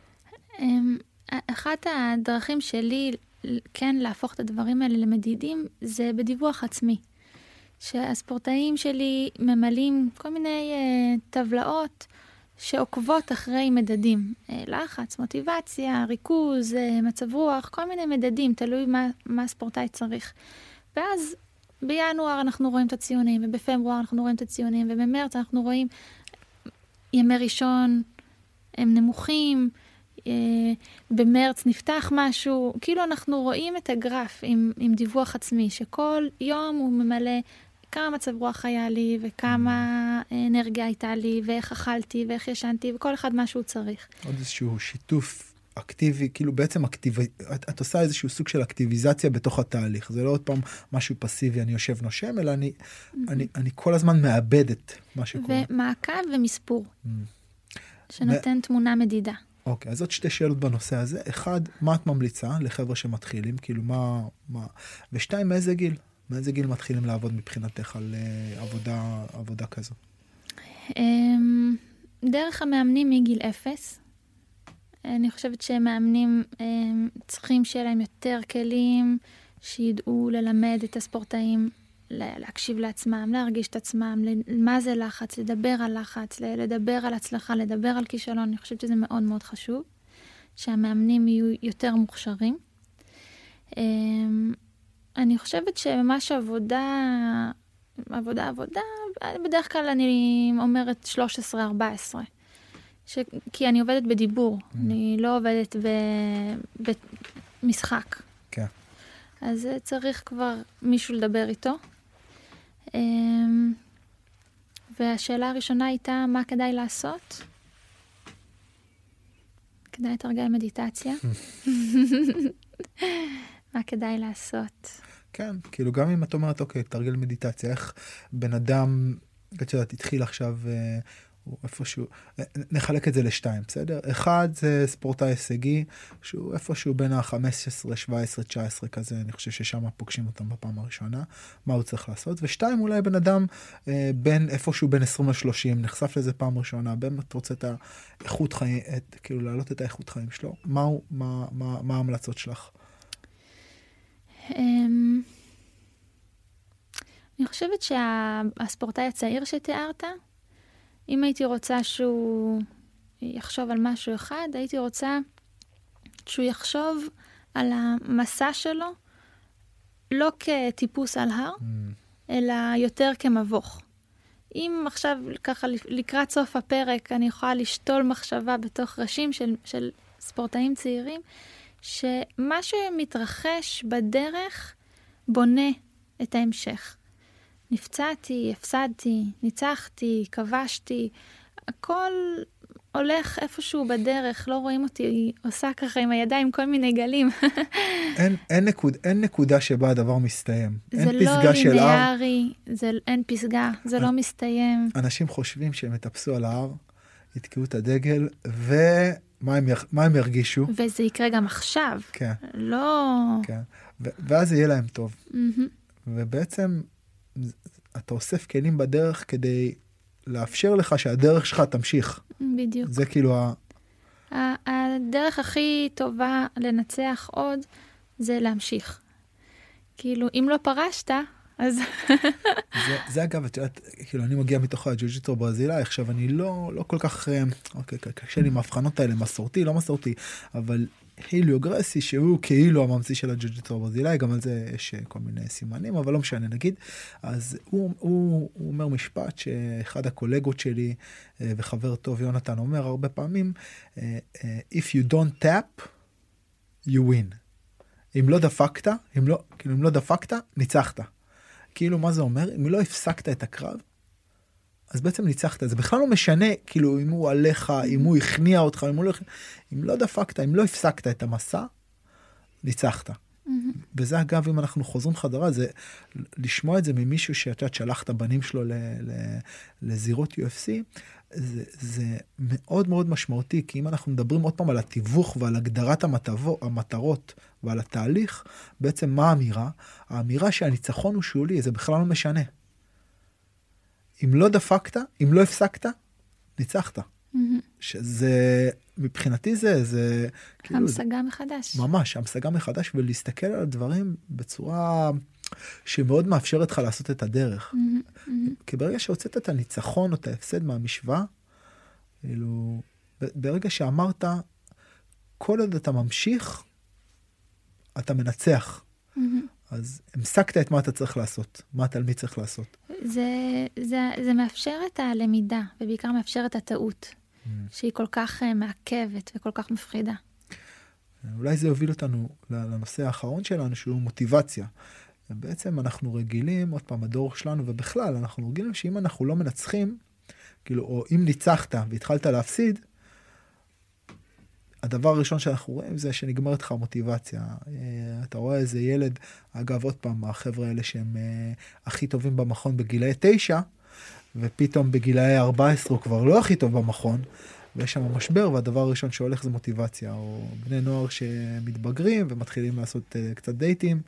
אחת הדרכים שלי, כן, להפוך את הדברים האלה למדידים, זה בדיווח עצמי. שהספורטאים שלי ממלאים כל מיני uh, טבלאות שעוקבות אחרי מדדים. Uh, לחץ, מוטיבציה, ריכוז, uh, מצב רוח, כל מיני מדדים, תלוי מה, מה הספורטאי צריך. ואז בינואר אנחנו רואים את הציונים, ובפברואר אנחנו רואים את הציונים, ובמרץ אנחנו רואים ימי ראשון הם נמוכים, במרץ נפתח משהו, כאילו אנחנו רואים את הגרף עם, עם דיווח עצמי, שכל יום הוא ממלא כמה מצב רוח היה לי, וכמה אנרגיה הייתה לי, ואיך אכלתי, ואיך ישנתי, וכל אחד מה שהוא צריך. עוד איזשהו שיתוף אקטיבי, כאילו בעצם אקטיבי, את, את עושה איזשהו סוג של אקטיביזציה בתוך התהליך. זה לא עוד פעם משהו פסיבי, אני יושב נושם, אלא אני, mm-hmm. אני, אני כל הזמן מאבד את מה שקורה. ומעקב ומספור, mm-hmm. שנותן ו... תמונה מדידה. אוקיי, אז עוד שתי שאלות בנושא הזה. אחד, מה את ממליצה לחבר'ה שמתחילים? כאילו, מה, מה... ושתיים, מאיזה גיל? מאיזה גיל מתחילים לעבוד מבחינתך על uh, עבודה, עבודה כזו? Um, דרך המאמנים מגיל אפס. אני חושבת שמאמנים um, צריכים שיהיה להם יותר כלים, שידעו ללמד את הספורטאים, להקשיב לעצמם, להרגיש את עצמם, מה זה לחץ, לדבר על לחץ, לדבר על הצלחה, לדבר על כישלון. אני חושבת שזה מאוד מאוד חשוב, שהמאמנים יהיו יותר מוכשרים. אני חושבת שממש עבודה, עבודה, עבודה, בדרך כלל אני אומרת שלוש עשרה ארבע עשרה. ש... כי אני עובדת בדיבור, mm. אני לא עובדת ב... במשחק. כן. Okay. אז צריך כבר מישהו לדבר איתו. והשאלה הראשונה הייתה, מה כדאי לעשות? כדאי לתרגל מדיטציה. מה כדאי לעשות? כן, כאילו גם אם את אומרת, אוקיי, תרגל מדיטציה, איך בן אדם, את יודעת, התחיל עכשיו, הוא איפשהו, נחלק את זה לשתיים, בסדר? אחד זה ספורטאי הישגי, שהוא איפשהו בין ה-חמש עשרה, שבע עשרה, תשע עשרה כזה, אני חושב ששם פוגשים אותם בפעם הראשונה, מה הוא צריך לעשות, ושתיים אולי בן אדם אה, בין איפשהו בין עשרים לשלושים, נחשף לזה פעם ראשונה, באמת רוצה את האיכות חיים, את, כאילו להעלות את האיכות חיים שלו, מה, מה, מה, מה ההמלצות שלך? אני חושבת שהספורטאי הצעיר שתיארת, אם הייתי רוצה שהוא יחשוב על משהו אחד, הייתי רוצה שהוא יחשוב על המסע שלו, לא כטיפוס על הר, mm. אלא יותר כמבוך. אם עכשיו ככה לקראת סוף הפרק אני יכולה לשתול מחשבה בתוך ראשים של, של ספורטאים צעירים, שמה שמתרחש בדרך בונה את ההמשך. נפצעתי, הפסדתי, ניצחתי, כבשתי, הכל הולך איפשהו בדרך, לא רואים אותי עושה ככה עם הידיים כל מיני גלים. אין, אין, נקוד, אין נקודה שבה הדבר מסתיים. זה אין לא פסגה של הר. ליניארי, זה, אין פסגה, זה לא מסתיים. אנשים חושבים שהם יטפסו על ההר, יתקעו את הדגל, ומה הם, יח... מה הם ירגישו? וזה יקרה גם עכשיו. כן. לא... כן. ו... ואז יהיה להם טוב. Mm-hmm. ובעצם אתה אוסף כלים בדרך כדי לאפשר לך שהדרך שלך תמשיך. בדיוק. זה כאילו ה... הדרך הכי טובה לנצח עוד זה להמשיך. כאילו, אם לא פרשת, אז... זה, זה אגב, את יודעת, כאילו, אני מגיע מתוך הג'ו-ג'יטסו ברזילאי, עכשיו אני לא, לא כל כך, אוקיי, קשה לי עם ההבחנות האלה, מסורתי, לא מסורתי, אבל היליו גרסי, שהוא כאילו הממציא של הג'ו-ג'יטסו ברזילאי, גם על זה יש כל מיני סימנים, אבל לא משנה, נגיד, אז הוא, הוא, הוא אומר משפט שאחד הקולגות שלי, וחבר טוב יונתן אומר הרבה פעמים, if you don't tap, you win. אם לא דפקת, אם לא, כאילו, אם לא דפקת, ניצחת. כאילו, מה זה אומר? אם לא הפסקת את הקרב, אז בעצם ניצחת. זה בכלל לא משנה, כאילו, אם הוא עליך, אם הוא הכניע אותך, אם הוא לא... אם לא דפקת, אם לא הפסקת את המסע, ניצחת. Mm-hmm. וזה, אגב, אם אנחנו חוזרים חדרה, זה לשמוע את זה ממישהו שאתה שלח את הבנים שלו ל, ל, לזירות יו אף סי, זה, זה מאוד מאוד משמעותי, כי אם אנחנו מדברים עוד פעם על התיווך ועל הגדרת המטרו, המטרות ועל התהליך, בעצם מה האמירה? האמירה שהניצחון הוא שולי, זה בכלל לא משנה. אם לא דפקת, אם לא הפסקת, ניצחת. Mm-hmm. שזה, מבחינתי זה, זה... המשגה כאילו, מחדש. ממש, המשגה מחדש, ולהסתכל על הדברים בצורה שמאוד מאפשרת לך לעשות את הדרך. Mm-hmm, mm-hmm. כי ברגע שהוצאת את הניצחון או את ההפסד מהמשוואה, כאילו, ברגע שאמרת, כל עוד אתה ממשיך, אתה מנצח. Mm-hmm. אז המסקת את מה אתה צריך לעשות, מה התלמיד צריך לעשות. זה, זה, זה מאפשר את הלמידה, ובעיקר מאפשר את הטעות, mm. שהיא כל כך uh, מעכבת וכל כך מפחידה. אולי זה יוביל אותנו לנושא האחרון שלנו, שהוא מוטיבציה. ובעצם אנחנו רגילים, עוד פעם, הדור שלנו, ובכלל, אנחנו רגילים שאם אנחנו לא מנצחים, כאילו, או אם ניצחת והתחלת להפסיד, הדבר הראשון שאנחנו רואים זה שנגמרת לך המוטיבציה. אתה רואה איזה ילד, אגב, עוד פעם, החבר'ה האלה שהם הכי טובים במכון בגילאי תשע, ופתאום בגילאי ארבע עשרה הוא כבר לא הכי טוב במכון, ויש שם משבר, והדבר הראשון שהולך זה מוטיבציה, או בני נוער שמתבגרים ומתחילים לעשות קצת דייטים.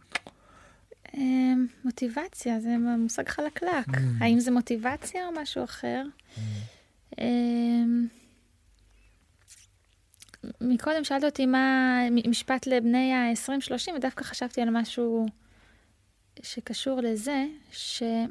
מוטיבציה, זה מושג חלקלק. האם זה מוטיבציה או משהו אחר? מקודם שאלת אותי מה משפט לבני ה-עשרים שלושים, ודווקא חשבתי על משהו שקשור לזה, שמאוד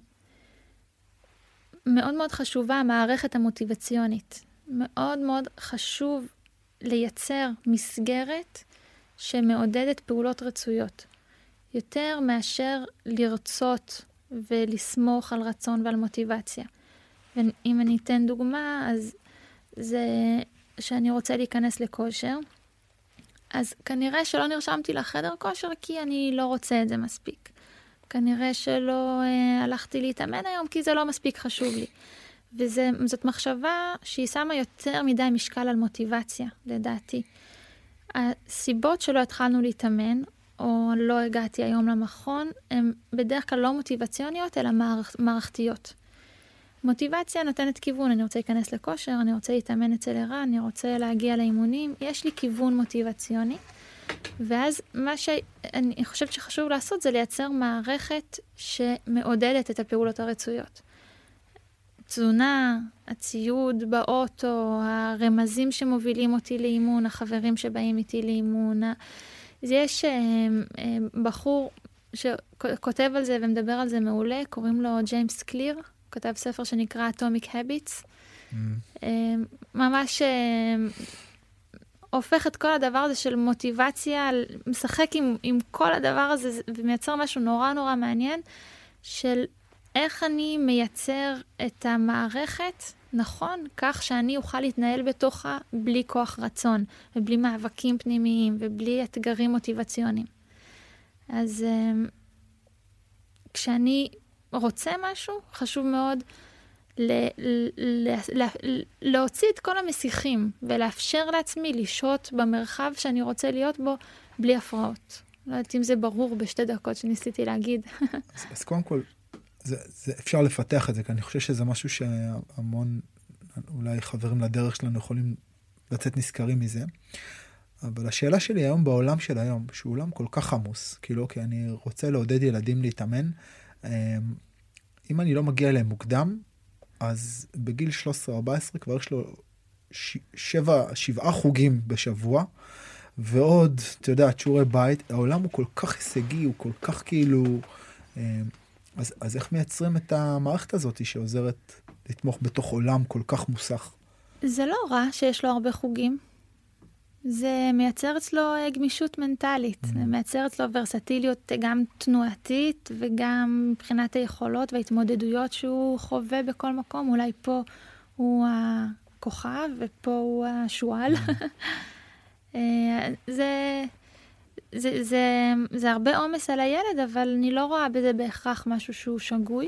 מאוד חשובה המערכת המוטיבציונית. מאוד מאוד חשוב לייצר מסגרת שמעודדת פעולות רצויות. יותר מאשר לרצות ולסמוך על רצון ועל מוטיבציה. ואם אני אתן דוגמה, אז זה... שאני רוצה להיכנס לכושר, אז כנראה שלא נרשמתי לחדר כושר, כי אני לא רוצה את זה מספיק. כנראה שלא אה, הלכתי להתאמן היום, כי זה לא מספיק חשוב לי. וזאת מחשבה שהיא שמה יותר מדי משקל על מוטיבציה, לדעתי. הסיבות שלא התחלנו להתאמן, או לא הגעתי היום למכון, הן בדרך כלל לא מוטיבציוניות, אלא מערכ... מערכתיות. מוטיבציה נותנת כיוון, אני רוצה להיכנס לכושר, אני רוצה להתאמן אצל ערן, אני רוצה להגיע לאימונים, יש לי כיוון מוטיבציוני, ואז מה שאני חושבת שחשוב לעשות זה לייצר מערכת שמעודדת את הפעולות הרצויות. תזונה, הציוד באוטו, הרמזים שמובילים אותי לאימון, החברים שבאים איתי לאימון, יש בחור שכותב על זה ומדבר על זה מעולה, קוראים לו ג'יימס קליר, כתב ספר שנקרא Atomic Habits. Mm. ממש הופך את כל הדבר הזה של מוטיבציה, משחק עם, עם כל הדבר הזה, ומייצר משהו נורא נורא מעניין, של איך אני מייצר את המערכת נכון, כך שאני אוכל להתנהל בתוכה בלי כוח רצון, ובלי מאבקים פנימיים, ובלי אתגרים מוטיבציוניים. אז כשאני רוצה משהו, חשוב מאוד ל- ל- ל- להוציא את כל המסיכים, ולאפשר לעצמי לשהות במרחב שאני רוצה להיות בו, בלי הפרעות. לא יודעת אם זה ברור בשתי דקות שניסיתי להגיד. אז, אז קודם כל, זה, זה, אפשר לפתח את זה, כי אני חושב שזה משהו שהמון, אולי חברים לדרך שלנו יכולים לצאת נזכרים מזה. אבל השאלה שלי היום בעולם של היום, שהוא עולם כל כך עמוס, כאילו, כי אני רוצה לעודד ילדים להתאמן, אם אני לא מגיע אליהם מוקדם, אז בגיל שלוש עשרה ארבע עשרה כבר יש לו ש... שבע, שבעה חוגים בשבוע, ועוד, אתה יודע, שיעורי בית, העולם הוא כל כך הישגי, הוא כל כך כאילו, אז, אז איך מייצרים את המערכת הזאת שעוזרת לתמוך בתוך עולם כל כך מוסך? זה לא רע שיש לו הרבה חוגים. זה מייצר אצלו גמישות מנטלית, זה מייצר אצלו ורסטיליות גם תנועתית וגם מבחינת היכולות וההתמודדויות שהוא חווה בכל מקום. אולי פה הוא הכוכב ופה הוא השואל. זה, זה, זה, זה הרבה עומס על הילד, אבל אני לא רואה בזה בהכרח משהו שהוא שגוי.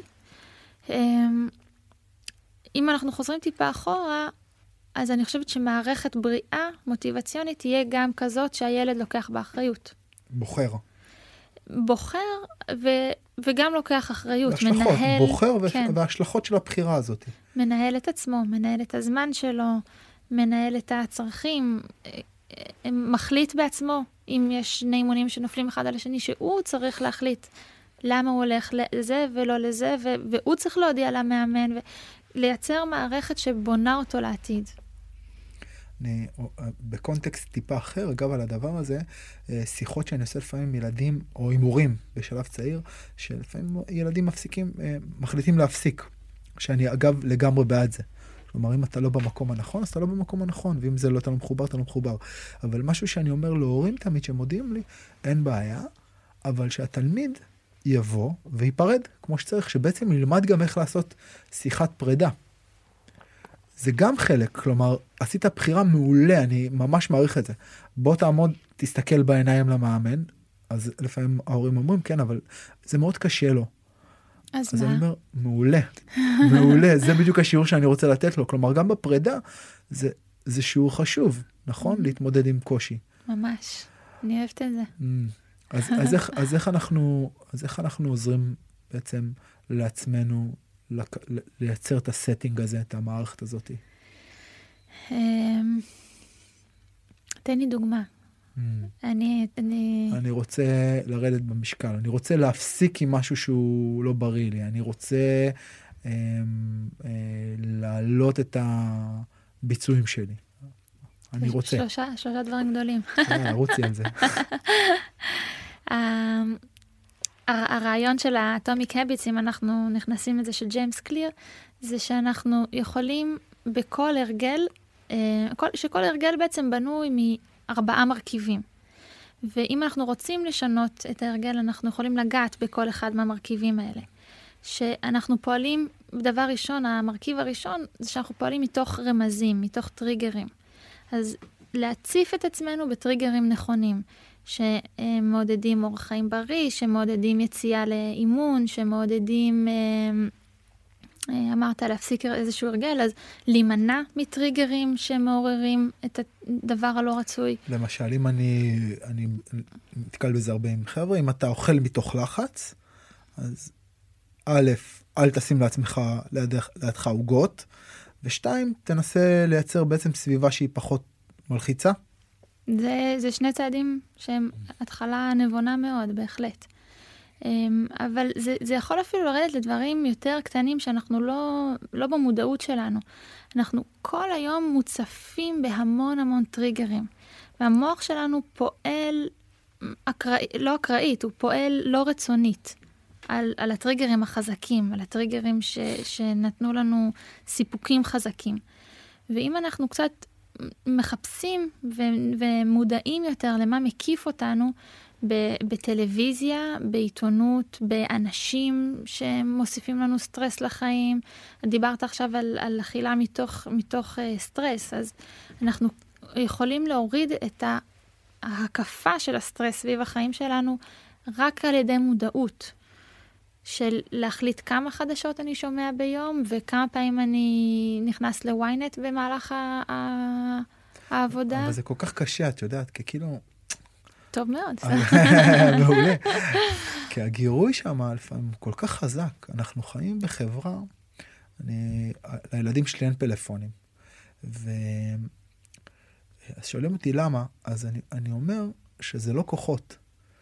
אם אנחנו חוזרים טיפה אחורה, אז אני חושבת שמערכת בריאה, מוטיבציונית, תהיה גם כזאת שהילד לוקח באחריות. בוחר. בוחר ו, וגם לוקח אחריות. השלכות, מנהל, בוחר כן. וההשלכות של הבחירה הזאת. מנהל את עצמו, מנהל את הזמן שלו, מנהל את הצרכים, מחליט בעצמו, אם יש שני אימונים שנופלים אחד על השני, שהוא צריך להחליט למה הוא הולך לזה ולא לזה, ו, והוא צריך להודיע למאמן, ולייצר מערכת שבונה אותו לעתיד. אני, בקונטקסט טיפה אחר, אגב, על הדבר הזה, שיחות שאני עושה לפעמים עם ילדים, או עם הורים בשלב צעיר, שלפעמים ילדים מפסיקים, מחליטים להפסיק, שאני אגב לגמרי בעד זה. כלומר, אם אתה לא במקום הנכון, אז אתה לא במקום הנכון, ואם זה לא אתה לא מחובר, אתה לא מחובר. אבל משהו שאני אומר להורים תמיד שמודיעים לי, אין בעיה, אבל שהתלמיד יבוא ויפרד, כמו שצריך, שבעצם ילמד גם איך לעשות שיחת פרידה. זה גם חלק, כלומר, עשית בחירה מעולה, אני ממש מעריך את זה. בוא תעמוד, תסתכל בעיניים למאמן, אז לפעמים ההורים אומרים, כן, אבל זה מאוד קשה לו. אז, אז מה? אני אומר, מעולה, מעולה, זה בדיוק השיעור שאני רוצה לתת לו. כלומר, גם בפרידה, זה, זה שיעור חשוב, נכון? להתמודד עם קושי. ממש, אני אוהבת את זה. אז, אז, איך, אז, איך אנחנו, אז איך אנחנו עוזרים בעצם לעצמנו, לייצר את הסטינג הזה, את המערכת הזאת? תן לי דוגמה. אני, אני... אני רוצה לרדת במשקל, אני רוצה להפסיק עם משהו שהוא לא בריא לי, אני רוצה אה, אה, להעלות את הביצועים שלי. אני רוצה. שלושה, שלושה דברים גדולים. אה, רוצי על זה. הרעיון של האטומיק הביטס, אם אנחנו נכנסים לזה של ג'יימס קליר, זה שאנחנו יכולים בכל הרגל, שכל הרגל בעצם בנוי מארבעה מרכיבים. ואם אנחנו רוצים לשנות את ההרגל, אנחנו יכולים לגעת בכל אחד מהמרכיבים האלה. שאנחנו פועלים, דבר ראשון, המרכיב הראשון, זה שאנחנו פועלים מתוך רמזים, מתוך טריגרים. אז להציף את עצמנו בטריגרים נכונים. שמעודדים אורח חיים בריא, שמעודדים יציאה לאימון, שמעודדים, אמרת להפסיק איזשהו הרגל, אז להימנע מטריגרים שמעוררים את הדבר הלא רצוי. למשל, אם אני, אני מתקל בזה הרבה עם חבר'ה, אם אתה אוכל מתוך לחץ, אז א', אל תשים לעצמך לידך, לידך עוגות, ושתיים, תנסה לייצר בעצם סביבה שהיא פחות מלחיצה, זה, זה שני צעדים שהם התחלה נבונה מאוד, בהחלט. אבל זה, זה יכול אפילו לרדת לדברים יותר קטנים שאנחנו לא, לא במודעות שלנו. אנחנו כל היום מוצפים בהמון המון טריגרים. והמוח שלנו פועל, אקראי, לא אקראית, הוא פועל לא רצונית על, על הטריגרים החזקים, על הטריגרים ש, שנתנו לנו סיפוקים חזקים. ואם אנחנו קצת מחפשים ו- ומודעים יותר למה מקיף אותנו, בטלוויזיה, בעיתונות, באנשים שמוסיפים לנו סטרס לחיים. דיברת עכשיו על, על אכילה מתוך, מתוך uh, סטרס, אז אנחנו יכולים להוריד את ההקפה של הסטרס סביב החיים שלנו רק על ידי מודעות. של להחליט כמה חדשות אני שומע ביום, וכמה פעמים אני נכנס לוויינט במהלך ה- ה- העבודה. אבל זה כל כך קשה, את יודעת, כי כאילו... טוב מאוד. מעולה. כי הגירוי שם לפעמים כל כך חזק. אנחנו חיים בחברה, אני, לילדים שלי אין פלאפונים. ו... אז שואלים אותי למה, אז אני, אני אומר שזה לא כוחות.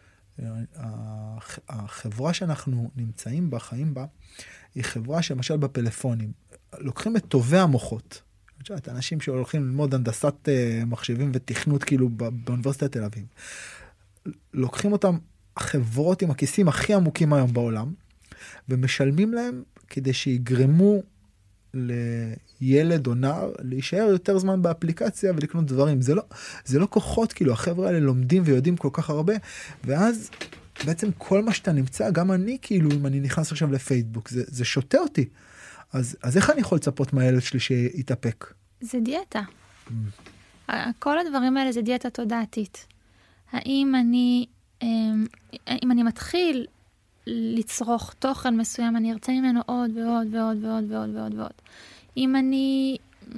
החברה שאנחנו נמצאים בה, חיים בה, היא חברה שמשל בפלאפונים, לוקחים את טובי המוחות. את האנשים שהולכים ללמוד הנדסת מחשבים ותכנות כאילו באוניברסיטת תל אביב. לוקחים אותם חברות עם הכיסים הכי עמוקים היום בעולם, ומשלמים להם כדי שיגרמו לילד או נער להישאר יותר זמן באפליקציה ולקנות דברים. זה לא, זה לא כוחות, כאילו, החבר'ה האלה לומדים ויודעים כל כך הרבה, ואז בעצם כל מה שאתה נמצא, גם אני, כאילו, אם אני נכנס עכשיו לפייסבוק, זה, זה שותה אותי. אז, אז איך אני יכול לצפות מהילד שלי שיתאפק? זה דיאטה. Mm. כל הדברים האלה זה דיאטה תודעתית. האם אני, אם אני מתחיל לצרוך תוכן מסוים, אני ארצה ממנו עוד ועוד ועוד ועוד ועוד ועוד ועוד. אם אני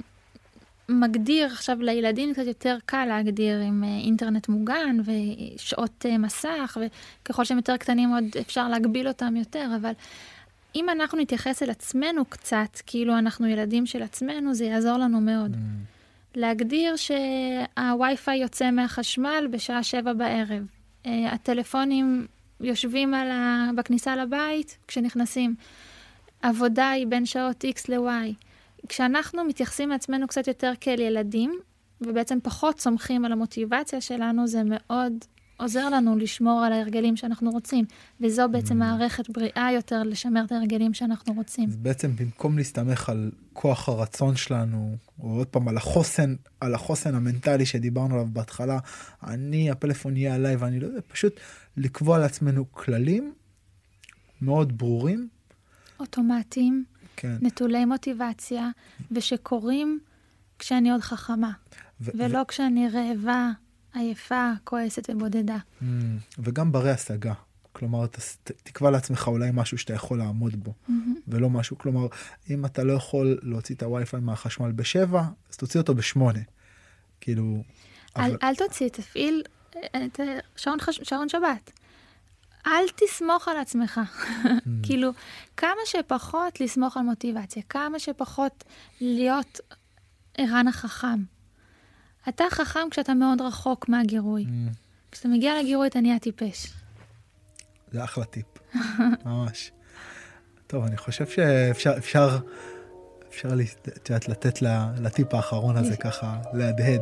מגדיר עכשיו לילדים, קצת יותר קל להגדיר עם אינטרנט מוגן ושעות מסך, וככל שהם יותר קטנים עוד אפשר להגביל אותם יותר, אבל אם אנחנו נתייחס אל עצמנו קצת, כאילו אנחנו ילדים של עצמנו, זה יעזור לנו מאוד. Mm. להגדיר שהווי-פיי יוצא מהחשמל בשעה שבע בערב. הטלפונים יושבים על ה... בכניסה לבית כשנכנסים. עבודה היא בין שעות X ל-Y. כשאנחנו מתייחסים לעצמנו קצת יותר כאל ילדים, ובעצם פחות סומכים על המוטיבציה שלנו, זה מאוד עוזר לנו לשמור על ההרגלים שאנחנו רוצים. וזו בעצם מערכת בריאה יותר לשמר את ההרגלים שאנחנו רוצים. אז בעצם במקום להסתמך על כוח הרצון שלנו, או עוד פעם על החוסן, על החוסן המנטלי שדיברנו עליו בהתחלה, אני, הפלאפון יהיה עליי ואני לא יודע, פשוט לקבוע לעצמנו כללים מאוד ברורים. אוטומטיים, כן. נטולי מוטיבציה, ושקוראים כשאני עוד חכמה, ו- ולא ו- כשאני רעבה, עייפה, כועסת ובודדה. Mm, וגם ברי השגה. כלומר, ת, תקבע לעצמך אולי משהו שאתה יכול לעמוד בו, mm-hmm. ולא משהו. כלומר, אם אתה לא יכול להוציא את הווי-פיי מהחשמל בשבע, אז תוציא אותו בשמונה. כאילו... אל, אבל... אל תוציא, תפעיל את שעון, חש... שעון שבת. אל תסמוך על עצמך. Mm. כאילו, כמה שפחות לסמוך על מוטיבציה, כמה שפחות להיות ערן החכם. אתה חכם כשאתה מאוד רחוק מהגירוי. Mm. כשאתה מגיע לגירוי, אתה נהיה טיפש. זה אחלה טיפ. ממש. טוב, אני חושב שאפשר, אפשר, אפשר לתת לטיפ האחרון הזה ככה, להדהד.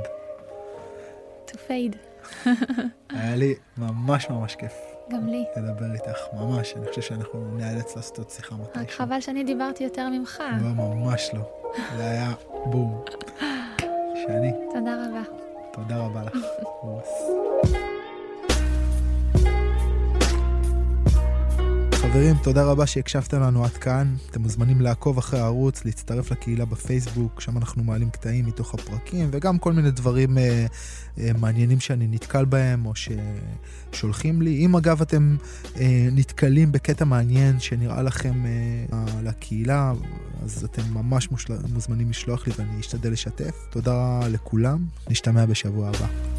To fade. היה לי ממש ממש כיף. גם לי. לדבר איתך, ממש. אני חושב שאנחנו נאלץ לעשות עוד שיחה מתישהו. רק חבל שאני דיברתי יותר ממך. לא, ממש לא. זה היה בום. שאני. תודה רבה. תודה רבה לך. חברים, תודה רבה שהקשבתם לנו עד כאן. אתם מוזמנים לעקוב אחרי הערוץ, להצטרף לקהילה בפייסבוק, שם אנחנו מעלים קטעים מתוך הפרקים, וגם כל מיני דברים אה, אה, מעניינים שאני נתקל בהם, או ששולחים לי. אם אגב אתם אה, נתקלים בקטע מעניין שנראה לכם אה, לקהילה, אז אתם ממש מושל... מוזמנים לשלוח לי ואני אשתדל לשתף. תודה לכולם, נשתמע בשבוע הבא.